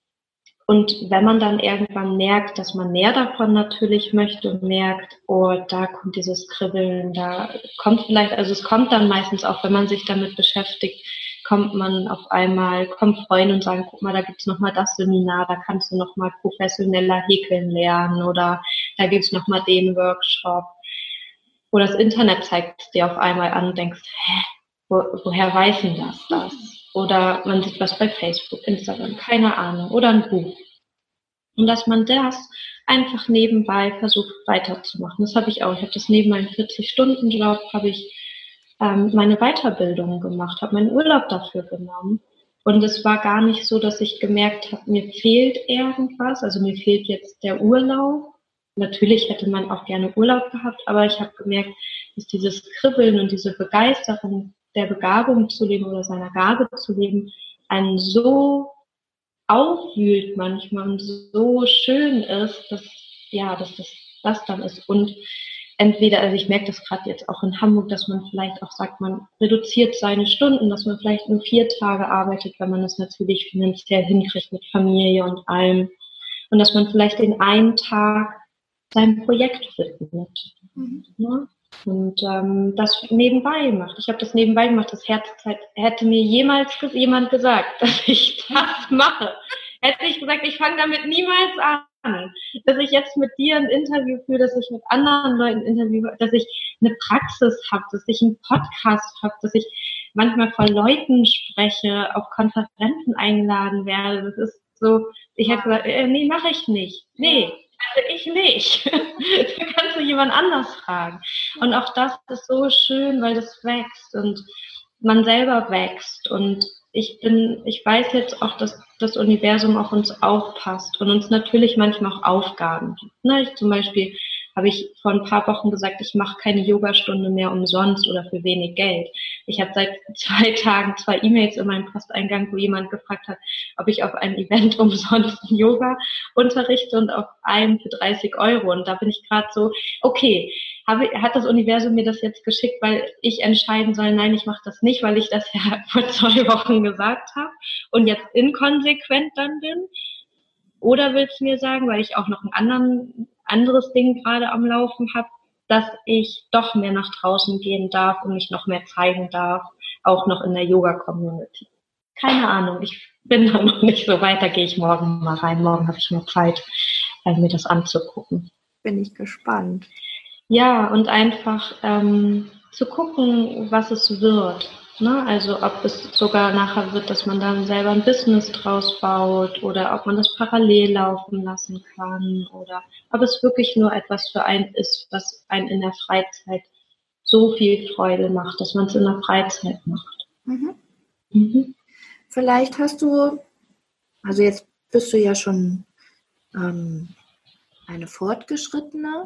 Und wenn man dann irgendwann merkt, dass man mehr davon natürlich möchte und merkt, oh, da kommt dieses Kribbeln, da kommt vielleicht, also es kommt dann meistens auch, wenn man sich damit beschäftigt, kommt man auf einmal, kommen Freunde und sagen, guck mal, da gibt's nochmal das Seminar, da kannst du nochmal professioneller häkeln lernen oder da gibt's nochmal den Workshop. Oder das Internet zeigt es dir auf einmal an und denkst, hä, wo, woher weiß denn das das? Oder man sieht was bei Facebook, Instagram, keine Ahnung, oder ein Buch. Und dass man das einfach nebenbei versucht weiterzumachen. Das habe ich auch. Ich habe das neben meinem vierzig-Stunden-Job, habe ich ähm, meine Weiterbildung gemacht, habe meinen Urlaub dafür genommen. Und es war gar nicht so, dass ich gemerkt habe, mir fehlt irgendwas. Also mir fehlt jetzt der Urlaub. Natürlich hätte man auch gerne Urlaub gehabt, aber ich habe gemerkt, dass dieses Kribbeln und diese Begeisterung der Begabung zu leben oder seiner Gabe zu leben, einen so aufwühlt manchmal und so schön ist, dass, ja, dass das, das dann ist. Und entweder, also ich merke das gerade jetzt auch in Hamburg, dass man vielleicht auch sagt, man reduziert seine Stunden, dass man vielleicht nur vier Tage arbeitet, wenn man das natürlich finanziell hinkriegt mit Familie und allem. Und dass man vielleicht den einen Tag seinem Projekt widmet. Mhm. Ne? Und ähm, das nebenbei macht. Ich habe das nebenbei gemacht. Das Herzzeit hätte mir jemals ges- jemand gesagt, dass ich das mache. Hätte ich gesagt, ich fange damit niemals an. Dass ich jetzt mit dir ein Interview führe, dass ich mit anderen Leuten ein Interview, dass ich eine Praxis habe, dass ich einen Podcast habe, dass ich manchmal vor Leuten spreche, auf Konferenzen eingeladen werde. Das ist so, ich hätte gesagt, äh, nee, mache ich nicht. Nee. Also ich nicht. Da kannst du jemand anders fragen. Und auch das ist so schön, weil das wächst und man selber wächst. Und ich bin, ich weiß jetzt auch, dass das Universum auf uns aufpasst und uns natürlich manchmal auch Aufgaben gibt. Ne, ich zum Beispiel habe ich vor ein paar Wochen gesagt, ich mache keine Yogastunde mehr umsonst oder für wenig Geld. Ich habe seit zwei Tagen zwei E-Mails in meinem Posteingang, wo jemand gefragt hat, ob ich auf einem Event umsonst Yoga unterrichte und auf einem für dreißig Euro. Und da bin ich gerade so, okay, habe, hat das Universum mir das jetzt geschickt, weil ich entscheiden soll, nein, ich mache das nicht, weil ich das ja vor zwei Wochen gesagt habe und jetzt inkonsequent dann bin? Oder willst du mir sagen, weil ich auch noch ein anderen, anderes Ding gerade am Laufen habe, dass ich doch mehr nach draußen gehen darf und mich noch mehr zeigen darf, auch noch in der Yoga-Community? Keine Ahnung, ich bin da noch nicht so weit, da gehe ich morgen mal rein. Morgen habe ich mehr Zeit, mir das anzugucken. Bin ich gespannt. Ja, und einfach ähm, zu gucken, was es wird. Ne? Also ob es sogar nachher wird, dass man dann selber ein Business draus baut oder ob man das parallel laufen lassen kann oder ob es wirklich nur etwas für einen ist, was einen in der Freizeit so viel Freude macht, dass man es in der Freizeit macht. Mhm. Mhm. Vielleicht hast du, also jetzt bist du ja schon ähm, eine Fortgeschrittene,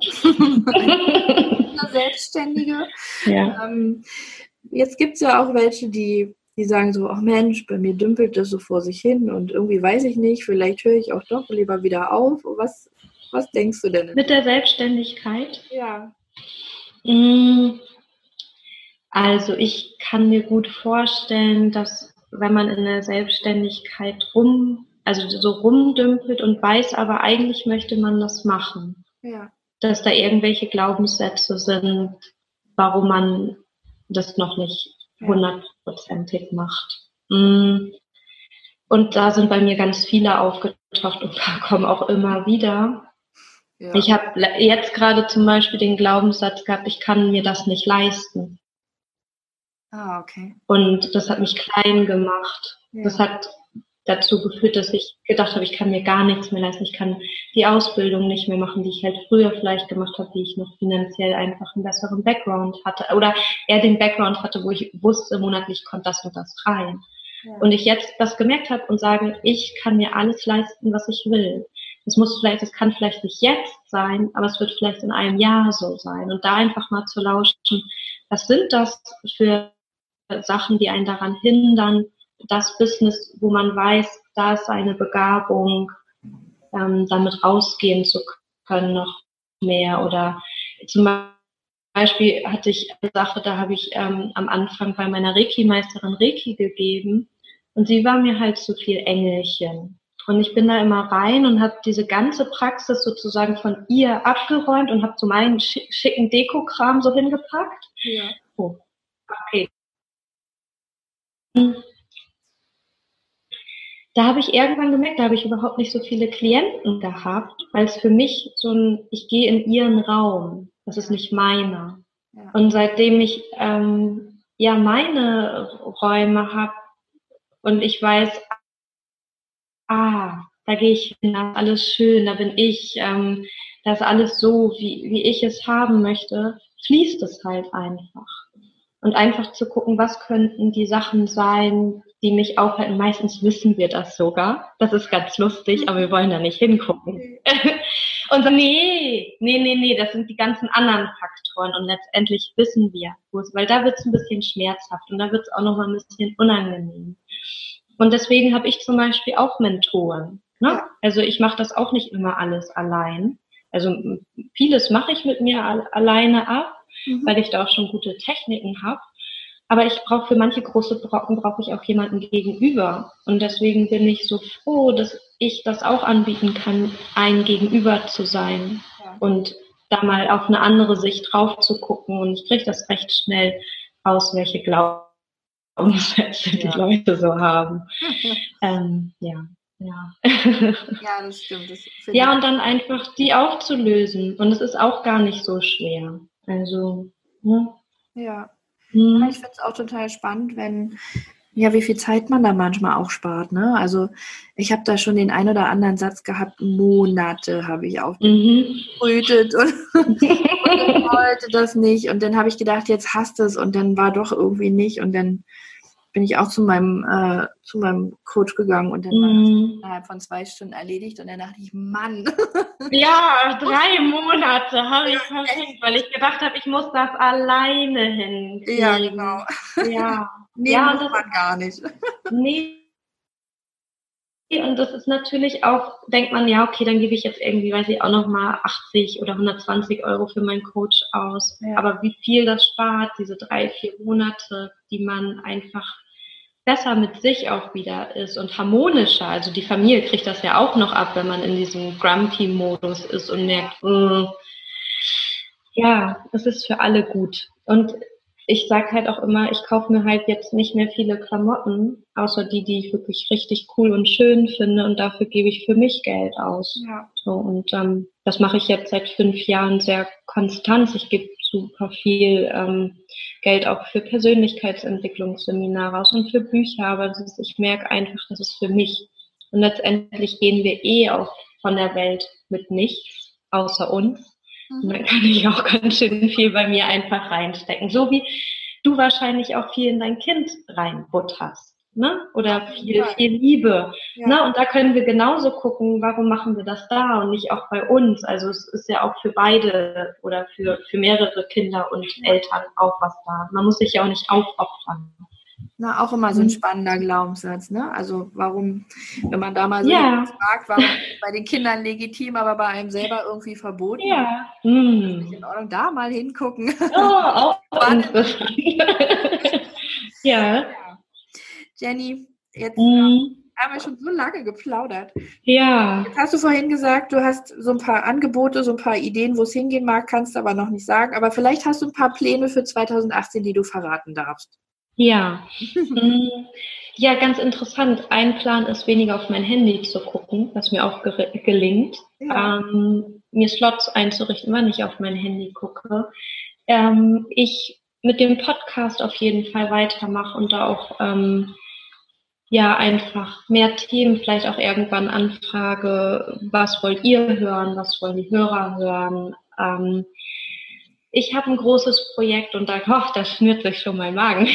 eine Selbstständige. Ja. Ähm, jetzt gibt es ja auch welche, die, die sagen so, ach Mensch, bei mir dümpelt das so vor sich hin und irgendwie weiß ich nicht, vielleicht höre ich auch doch lieber wieder auf. Was, was denkst du denn? Mit der Selbstständigkeit? Ja. Also ich kann mir gut vorstellen, dass wenn man in der Selbstständigkeit rum also so rumdümpelt und weiß, aber eigentlich möchte man das machen. Ja. Dass da irgendwelche Glaubenssätze sind, warum man das noch nicht hundertprozentig macht. Und da sind bei mir ganz viele aufgetaucht und kommen auch immer wieder. Ja. Ich habe jetzt gerade zum Beispiel den Glaubenssatz gehabt, ich kann mir das nicht leisten. Ah, okay. Und das hat mich klein gemacht. Ja. Das hat dazu geführt, dass ich gedacht habe, ich kann mir gar nichts mehr leisten. Ich kann die Ausbildung nicht mehr machen, die ich halt früher vielleicht gemacht habe, wie ich noch finanziell einfach einen besseren Background hatte. Oder eher den Background hatte, wo ich wusste, monatlich kommt das und das rein. Ja. Und ich jetzt das gemerkt habe und sage, ich kann mir alles leisten, was ich will. Das muss vielleicht, das kann vielleicht nicht jetzt sein, aber es wird vielleicht in einem Jahr so sein. Und da einfach mal zu lauschen, was sind das für Sachen, die einen daran hindern, das Business, wo man weiß, da ist eine Begabung, ähm, damit rausgehen zu können, noch mehr. Oder zum Beispiel hatte ich eine Sache, da habe ich ähm, am Anfang bei meiner Reiki-Meisterin Reiki gegeben und sie war mir halt zu viel Engelchen. Und ich bin da immer rein und habe diese ganze Praxis sozusagen von ihr abgeräumt und habe so meinen schicken Dekokram so hingepackt. Ja. Oh, okay. Da habe ich irgendwann gemerkt, da habe ich überhaupt nicht so viele Klienten gehabt, weil es für mich so ein, ich gehe in ihren Raum, das ist nicht meiner. Ja. Und seitdem ich ähm, ja meine Räume habe und ich weiß, ah, da gehe ich hin, da ist alles schön, da bin ich, ähm, da ist alles so, wie, wie ich es haben möchte, fließt es halt einfach. Und einfach zu gucken, was könnten die Sachen sein, die mich aufhalten. Meistens wissen wir das sogar. Das ist ganz lustig, aber wir wollen da nicht hingucken. Und so, nee, nee, nee, nee, das sind die ganzen anderen Faktoren. Und letztendlich wissen wir, wo es, weil da wird es ein bisschen schmerzhaft und da wird es auch noch mal ein bisschen unangenehm. Und deswegen habe ich zum Beispiel auch Mentoren. Ne? Ja. Also ich mache das auch nicht immer alles allein. Also vieles mache ich mit mir al- alleine ab, mhm. weil ich da auch schon gute Techniken habe. Aber ich brauche für manche große Brocken brauche ich auch jemanden gegenüber. Und deswegen bin ich so froh, dass ich das auch anbieten kann, ein Gegenüber zu sein. Ja. Und da mal auf eine andere Sicht drauf zu gucken. Und ich kriege das recht schnell raus, welche Glaubenssätze ja. die Leute so haben. ähm, ja. Ja. Ja, das stimmt. Das ja, und dann einfach die aufzulösen. Und es ist auch gar nicht so schwer. Also, ne? Ja. Hm. Ich finde es auch total spannend, wenn, ja, wie viel Zeit man da manchmal auch spart, ne? Also, ich habe da schon den ein oder anderen Satz gehabt, Monate habe ich aufgebrütet mhm. und, und wollte das nicht. Und dann habe ich gedacht, jetzt hast du es und dann war doch irgendwie nicht. Und dann bin ich auch zu meinem, äh, zu meinem Coach gegangen und dann mm. war das innerhalb von zwei Stunden erledigt und dann dachte ich, Mann. Ja, drei Monate habe ich verhängt, weil ich gedacht habe, ich muss das alleine hinkriegen. Ja, genau. Ja, nee, ja, muss man gar nicht. Nee. Und das ist natürlich auch, denkt man, ja, okay, dann gebe ich jetzt irgendwie, weiß ich, auch nochmal achtzig oder hundertzwanzig Euro für meinen Coach aus. Ja. Aber wie viel das spart, diese drei, vier Monate, die man einfach besser mit sich auch wieder ist und harmonischer. Also die Familie kriegt das ja auch noch ab, wenn man in diesem Grumpy-Modus ist und merkt, mh, ja, es ist für alle gut. Und ich sage halt auch immer, ich kaufe mir halt jetzt nicht mehr viele Klamotten, außer die, die ich wirklich richtig cool und schön finde und dafür gebe ich für mich Geld aus. Ja. So, und ähm, das mache ich jetzt seit fünf Jahren sehr konstant. Ich gebe super viel ähm, Geld auch für Persönlichkeitsentwicklungsseminare aus und für Bücher, aber das ist, ich merke einfach, das ist für mich. Und letztendlich gehen wir eh auch von der Welt mit nichts, außer uns. Und dann kann ich auch ganz schön viel bei mir einfach reinstecken. So wie du wahrscheinlich auch viel in dein Kind reinbutterst, ne? Oder viel, viel Liebe. Ja. Ne? Und da können wir genauso gucken, warum machen wir das da und nicht auch bei uns. Also es ist ja auch für beide oder für, für mehrere Kinder und Eltern auch was da. Man muss sich ja auch nicht aufopfern. Na, auch immer so ein spannender Glaubenssatz, ne? Also warum, wenn man da mal so ja. fragt, warum bei den Kindern legitim, aber bei einem selber irgendwie verboten? Ja. Das ist nicht in Ordnung, da mal hingucken. Oh, auch interessant. ja. ja. Jenny, jetzt mm. haben wir schon so lange geplaudert. Ja. Jetzt hast du vorhin gesagt, du hast so ein paar Angebote, so ein paar Ideen, wo es hingehen mag, kannst aber noch nicht sagen. Aber vielleicht hast du ein paar Pläne für zwanzig achtzehn, die du verraten darfst. Ja, ja, ganz interessant. Ein Plan ist, weniger auf mein Handy zu gucken, was mir auch ge- gelingt. Ja. Ähm, mir Slots einzurichten, wann ich auf mein Handy gucke. Ähm, ich mit dem Podcast auf jeden Fall weitermache und da auch ähm, ja, einfach mehr Themen, vielleicht auch irgendwann Anfrage, was wollt ihr hören, was wollen die Hörer hören. Ähm, ich habe ein großes Projekt und da, oh, da schnürt sich schon mein Magen.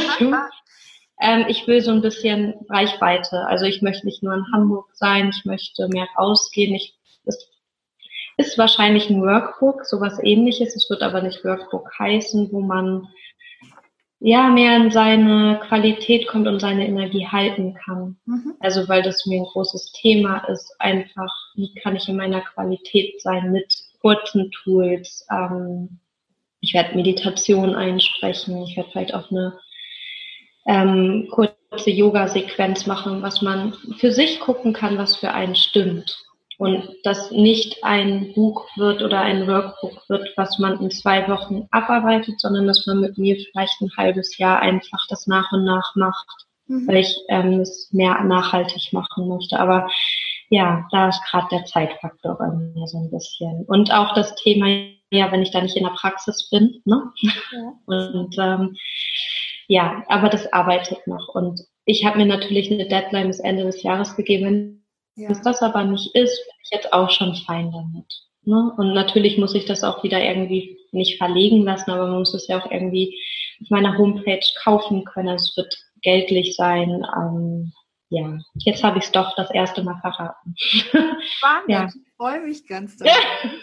ähm, ich will so ein bisschen Reichweite. Also ich möchte nicht nur in Hamburg sein, ich möchte mehr rausgehen. Ich, es ist wahrscheinlich ein Workbook, sowas ähnliches. Es wird aber nicht Workbook heißen, wo man ja mehr in seine Qualität kommt und seine Energie halten kann. Mhm. Also weil das mir ein großes Thema ist, einfach, wie kann ich in meiner Qualität sein mit kurzen Tools. Ähm, ich werde Meditation einsprechen, ich werde vielleicht auch eine ähm, kurze Yoga-Sequenz machen, was man für sich gucken kann, was für einen stimmt. Und das nicht ein Buch wird oder ein Workbook wird, was man in zwei Wochen abarbeitet, sondern dass man mit mir vielleicht ein halbes Jahr einfach das nach und nach macht, mhm. weil ich ähm, es mehr nachhaltig machen möchte. Aber ja, da ist gerade der Zeitfaktor bei mir so ein bisschen. Und auch das Thema, ja, wenn ich da nicht in der Praxis bin, ne? Ja. Und ähm, ja, aber das arbeitet noch. Und ich habe mir natürlich eine Deadline bis Ende des Jahres gegeben. Wenn es das aber nicht ist, bin ich jetzt auch schon fein damit. Ne? Und natürlich muss ich das auch wieder irgendwie nicht verlegen lassen, aber man muss es ja auch irgendwie auf meiner Homepage kaufen können. Also es wird geldlich sein. Ähm, ja, jetzt habe ich es doch das erste Mal verraten. Spannend, ja. Ich freue mich ganz doll.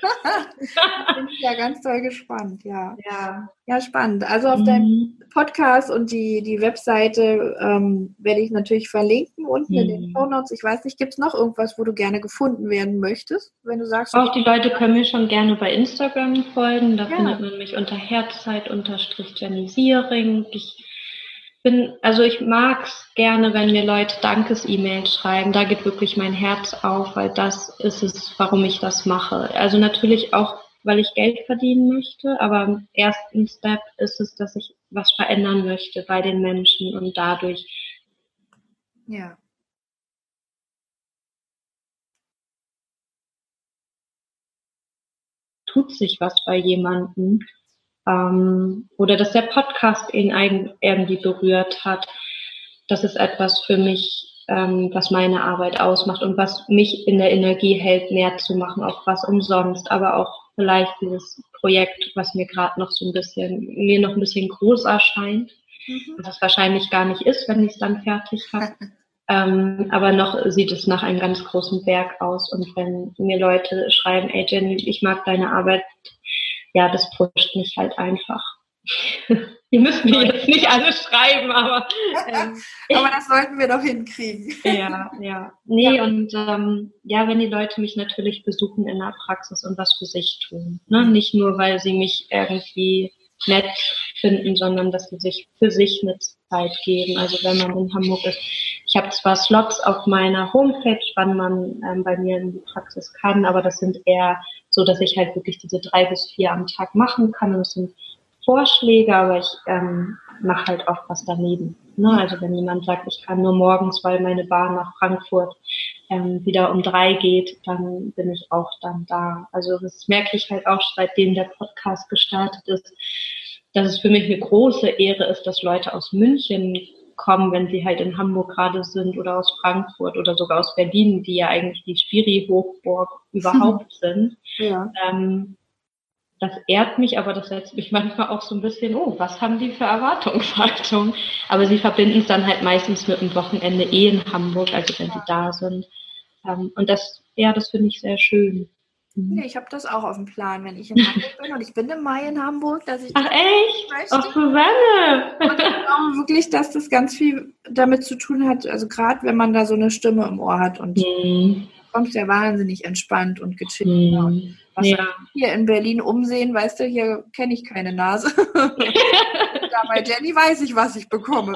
Bin ich ja ganz doll gespannt, ja. Ja, ja spannend. Also auf mhm. deinem Podcast und die, die Webseite ähm, werde ich natürlich verlinken unten mhm. in den Shownotes. Ich weiß nicht, gibt es noch irgendwas, wo du gerne gefunden werden möchtest, wenn du sagst? Auch die Leute können mir schon gerne bei Instagram folgen. Da ja. findet man mich unter Herzzeit-Jenny Siering. Ich bin, also ich mag's gerne, wenn mir Leute Dankes-E-Mails schreiben. Da geht wirklich mein Herz auf, weil das ist es, warum ich das mache. Also natürlich auch, weil ich Geld verdienen möchte, aber im ersten Step ist es, dass ich was verändern möchte bei den Menschen und dadurch. Ja. Tut sich was bei jemandem. Ähm, oder dass der Podcast ihn irgendwie berührt hat. Das ist etwas für mich, ähm, was meine Arbeit ausmacht und was mich in der Energie hält, mehr zu machen, auch was umsonst, aber auch vielleicht dieses Projekt, was mir gerade noch so ein bisschen, mir noch ein bisschen groß erscheint, mhm. was es wahrscheinlich gar nicht ist, wenn ich es dann fertig habe. ähm, aber noch sieht es nach einem ganz großen Berg aus und wenn mir Leute schreiben, ey Jenny, ich mag deine Arbeit, ja, das pusht mich halt einfach. Ihr müsst mir jetzt nicht alles schreiben, aber ähm, aber das sollten wir doch hinkriegen. ja, ja. Nee, ja. und ähm, ja, wenn die Leute mich natürlich besuchen in der Praxis und was für sich tun. Ne? Nicht nur, weil sie mich irgendwie nett finden, sondern dass sie sich für sich eine Zeit geben. Also wenn man in Hamburg ist. Ich habe zwar Slots auf meiner Homepage, wann man ähm, bei mir in die Praxis kann, aber das sind eher so, dass ich halt wirklich diese drei bis vier am Tag machen kann. Und das sind Vorschläge, aber ich ähm, mache halt auch was daneben. Ne? Also wenn jemand sagt, ich kann nur morgens, weil meine Bahn nach Frankfurt ähm, wieder um drei geht, dann bin ich auch dann da. Also das merke ich halt auch, seitdem der Podcast gestartet ist, dass es für mich eine große Ehre ist, dass Leute aus München kommen, wenn sie halt in Hamburg gerade sind oder aus Frankfurt oder sogar aus Berlin, die ja eigentlich die Spiri-Hochburg überhaupt sind. Ja. Ähm, das ehrt mich, aber das setzt mich manchmal auch so ein bisschen, oh, was haben die für Erwartungshaltung? Aber sie verbinden es dann halt meistens mit dem Wochenende eh in Hamburg, also wenn sie da sind. Ähm, und das, ja, das finde ich sehr schön. Nee, ich habe das auch auf dem Plan, wenn ich in Hamburg bin und ich bin im Mai in Hamburg, dass ich Ach echt? Auf Susanne! Und ich glaube wirklich, dass das ganz viel damit zu tun hat, also gerade wenn man da so eine Stimme im Ohr hat und mm. kommst ja wahnsinnig entspannt und gechillt. Mm. Was ja. hier in Berlin umsehen, weißt du, hier kenne ich keine Nase. Da bei Jenny weiß ich, was ich bekomme.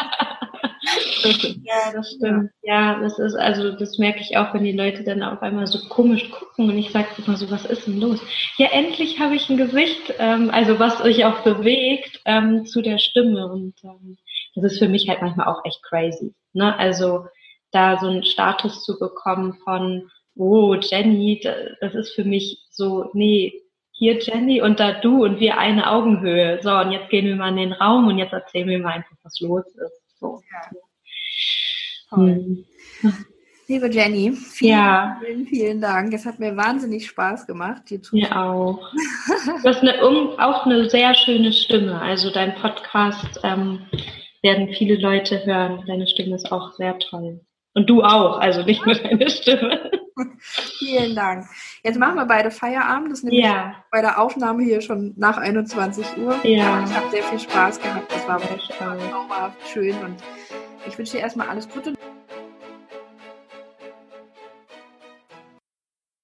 Ja, das stimmt. Ja, das ist, also das merke ich auch, wenn die Leute dann auf einmal so komisch gucken und ich sage immer so, was ist denn los? Ja, endlich habe ich ein Gesicht, ähm, also was sich auch bewegt ähm, zu der Stimme und ähm, das ist für mich halt manchmal auch echt crazy. Ne? Also da so einen Status zu bekommen von, oh, Jenny, das ist für mich so, nee, hier Jenny und da du und wir eine Augenhöhe. So, und jetzt gehen wir mal in den Raum und jetzt erzählen wir mal einfach, was los ist. So. Ja. Toll. Mhm. Liebe Jenny, vielen, ja. vielen, vielen Dank. Es hat mir wahnsinnig Spaß gemacht, dir zuzuhören. Mir auch. Du hast eine, auch eine sehr schöne Stimme. Also dein Podcast ähm, werden viele Leute hören. Deine Stimme ist auch sehr toll. Und du auch, also nicht nur deine Stimme. Vielen Dank. Jetzt machen wir beide Feierabend. Das ist nämlich ja. bei der Aufnahme hier schon nach einundzwanzig Uhr. Ja. Ich habe sehr viel Spaß gehabt. Das war wirklich traumhaft schön. Und ich wünsche dir erstmal alles Gute.